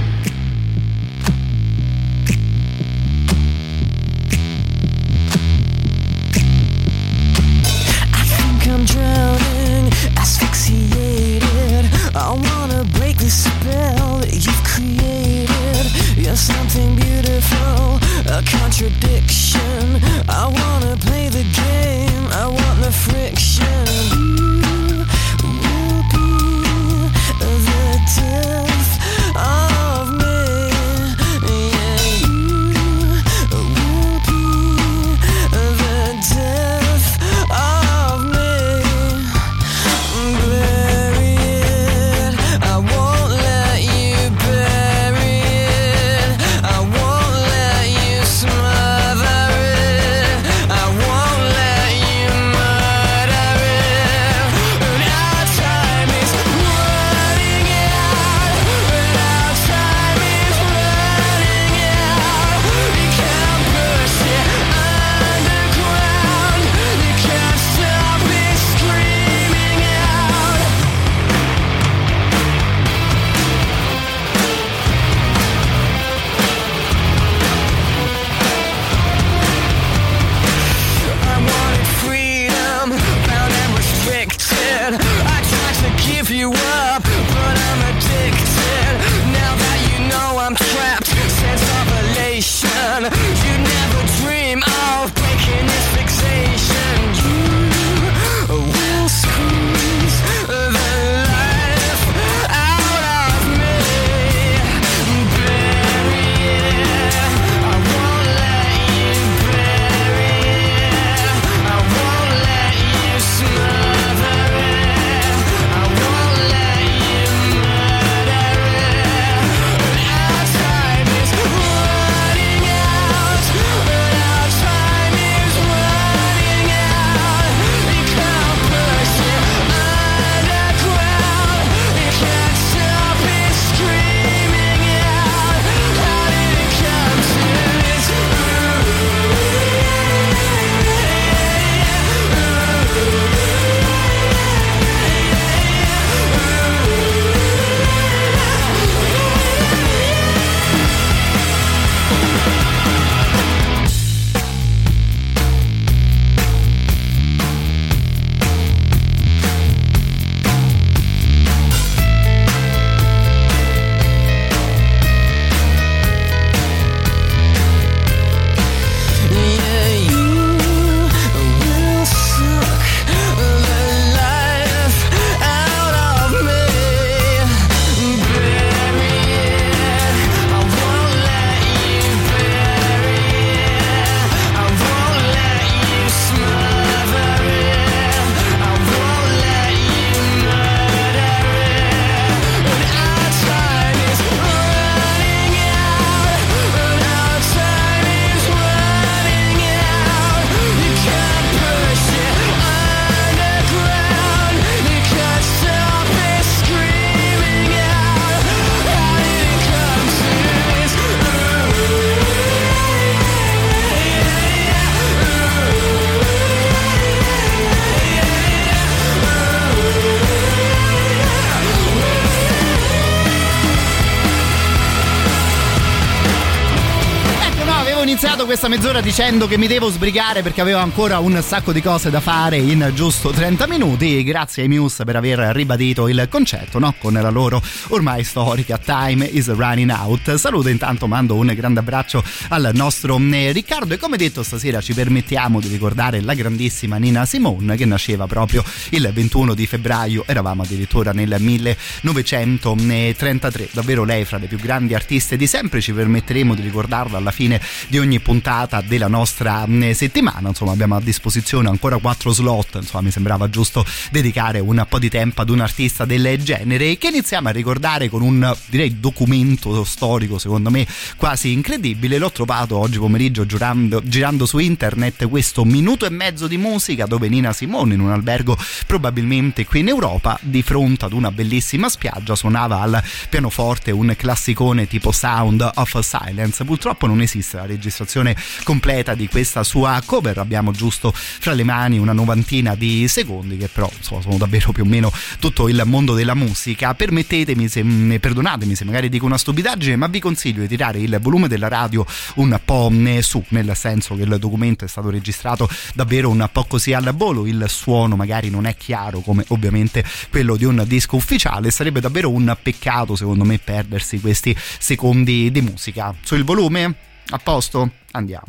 I'm drowning, asphyxiated. I wanna break the spell that you've created. You're something beautiful, a contradiction. I wanna play the game, I want the friction. You will be the death of me. Yeah, you will be the death of me. You up, but I'm addicted. Now that you know I'm trapped, sense of elation. You never dream of breaking this fixation. You will squeeze the life out of me. Bury it, I won't let you bury it. I won't let you smother it. Questa mezz'ora dicendo che mi devo sbrigare perché avevo ancora un sacco di cose da fare in giusto trenta minuti. Grazie ai Muse per aver ribadito il concetto, no? Con la loro ormai storica Time is Running Out. Saluto intanto, mando un grande abbraccio al nostro Riccardo e come detto stasera ci permettiamo di ricordare la grandissima Nina Simone che nasceva proprio il ventuno di febbraio, eravamo addirittura nel millenovecentotrentatré. Davvero lei fra le più grandi artiste di sempre, ci permetteremo di ricordarla alla fine di ogni puntata della nostra settimana. Insomma, abbiamo a disposizione ancora quattro slot, insomma mi sembrava giusto dedicare un po' di tempo ad un artista del genere, che iniziamo a ricordare con un, direi, documento storico secondo me quasi incredibile. L'ho trovato oggi pomeriggio girando, girando su internet questo minuto e mezzo di musica dove Nina Simone in un albergo probabilmente qui in Europa di fronte ad una bellissima spiaggia suonava al pianoforte un classicone tipo Sound of Silence. Purtroppo non esiste la registrazione registrazione completa di questa sua cover. Abbiamo giusto fra le mani una novantina di secondi che però insomma, sono davvero più o meno tutto il mondo della musica. Permettetemi, se, perdonatemi se magari dico una stupidaggine, ma vi consiglio di tirare il volume della radio un po' su, nel senso che il documento è stato registrato davvero un po' così al volo, il suono magari non è chiaro come ovviamente quello di un disco ufficiale, sarebbe davvero un peccato secondo me perdersi questi secondi di musica. Sul volume? A posto? Andiamo.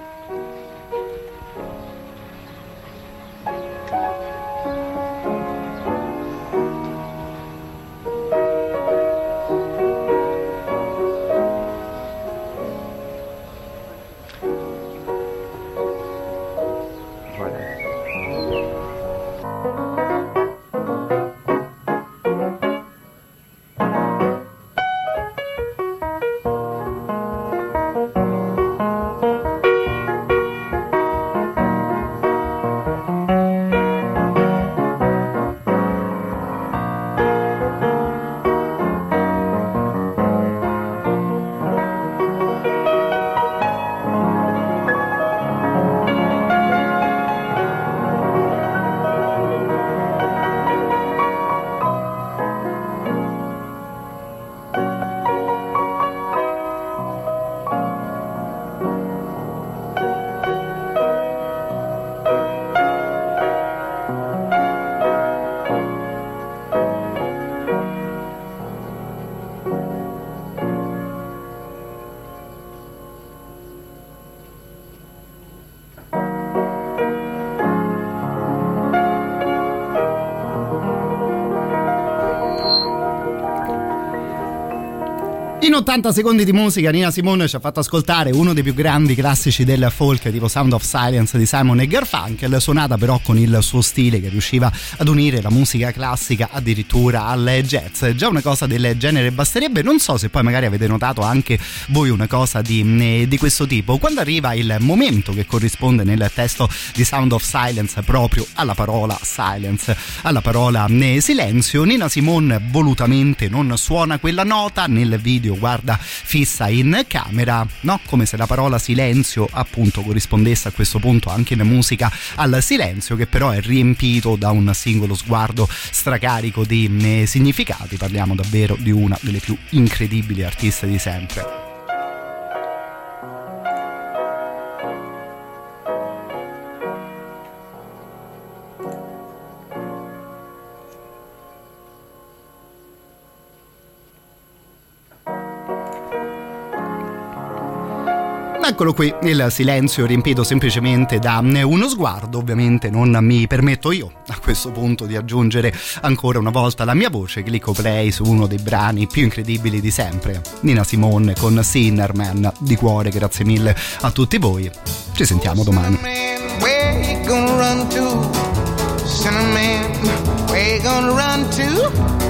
In ottanta secondi di musica Nina Simone ci ha fatto ascoltare uno dei più grandi classici del folk, tipo Sound of Silence di Simon e Garfunkel, suonata però con il suo stile che riusciva ad unire la musica classica addirittura al jazz. Già una cosa del genere basterebbe. Non so se poi magari avete notato anche voi una cosa di, di questo tipo. Quando arriva il momento che corrisponde nel testo di Sound of Silence proprio alla parola silence, alla parola silenzio, Nina Simone volutamente non suona quella nota. Nel video guarda fissa in camera, no? Come se la parola silenzio appunto corrispondesse a questo punto anche in musica al silenzio, che però è riempito da un singolo sguardo stracarico di significati. Parliamo davvero di una delle più incredibili artiste di sempre. Eccolo qui, il silenzio riempito semplicemente da uno sguardo. Ovviamente non mi permetto io a questo punto di aggiungere ancora una volta la mia voce. Clicco play su uno dei brani più incredibili di sempre, Nina Simone con Sinner Man. Di cuore grazie mille a tutti voi, ci sentiamo domani. Where you gonna run to? Cinnamon, where you gonna run to?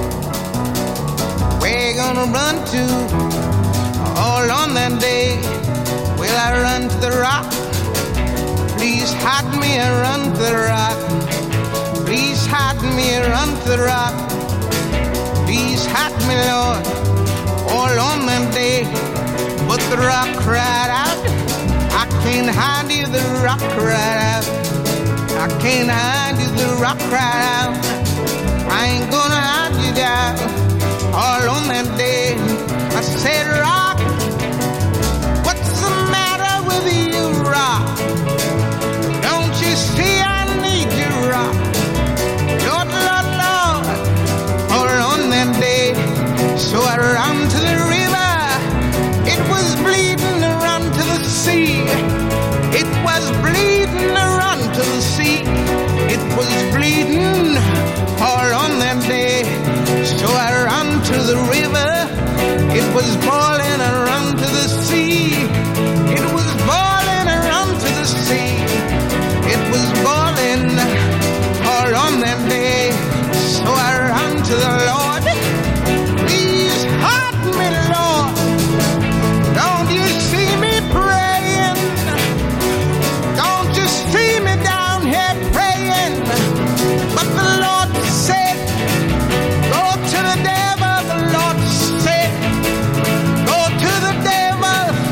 Where you gonna run to? All on that day will I run to the rock? Please hide me and run to the rock. Please hide me and run to the rock. Please hide me, Lord, all on that day. But the rock cried out, I can't hide you, the rock cried out. I can't hide you, the rock cried out. I ain't gonna hide you down. All on that day, I said, rock, what's the matter with you, rock? Don't you see I need you, rock? Lord, Lord, Lord, all on that day. So I ran to the river, it was bleeding to run to the sea. It was bleeding to run to the sea. It was bleeding all on that day. So I ran to the river, it was boiling, I ran to the sea. It was boiling, I ran to the sea. It was boiling all on that day. So I ran to the Lord, please help me, Lord. Don't you see me praying? Don't you see me down here praying? But the Lord said, go to the devil. The Lord said, go to the devil.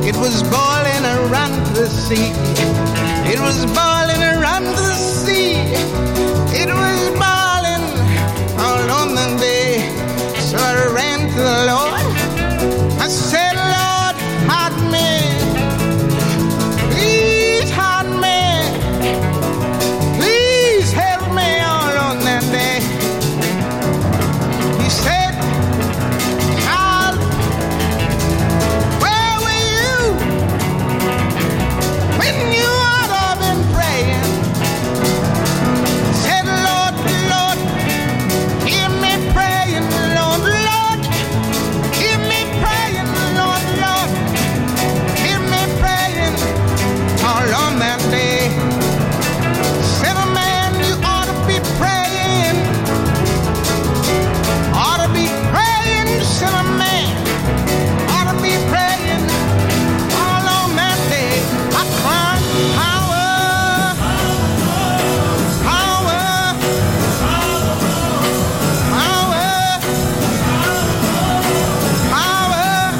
It was boiling around the sea. It was boiling around the sea. It was boiling all on the day. So I ran to the Lord. I said, Lord, hide me. Please hide me. Please help me all on that day. He said, child, where were you when you ought to have been praying? Said, Lord, Lord, hear me praying, Lord, Lord, hear me praying, Lord, Lord, hear me praying all on that day. Said, a man, you ought to be praying, ought to be praying, said a man, ought to be praying all on that day. I cried, power, power, power, power,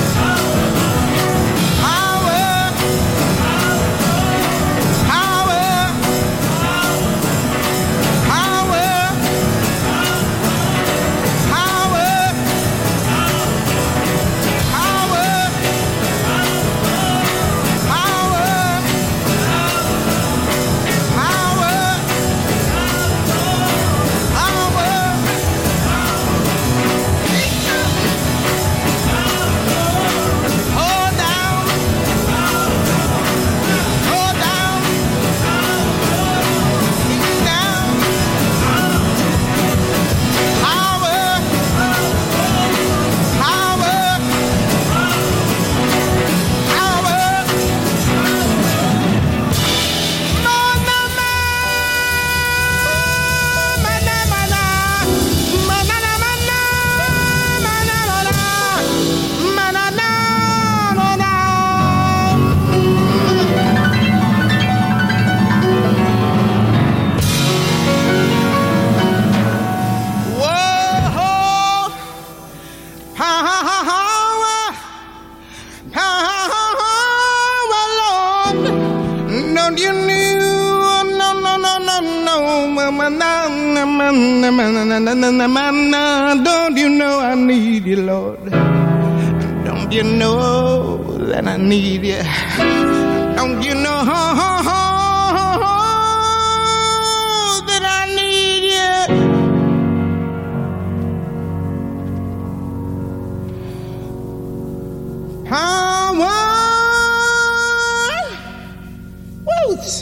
Don't you know? No, no, no, no, no, mama, na, na, na, na, na, na, na, na, na. Don't you know I need you, Lord? Don't you know that I need you? Don't you know that I need you? Power. Woods.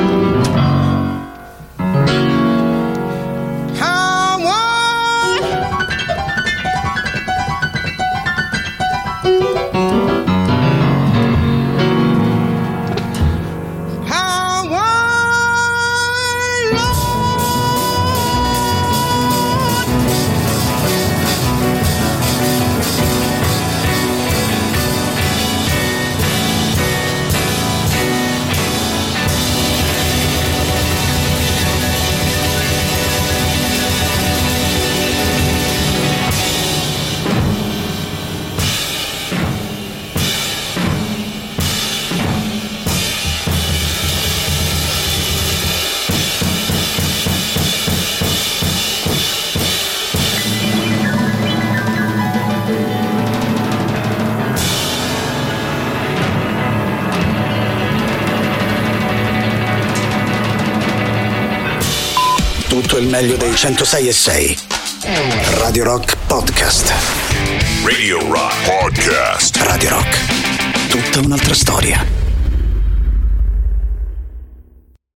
Tutto il meglio dei centosei e sei. Radio Rock Podcast. Radio Rock Podcast. Radio Rock. Tutta un'altra storia.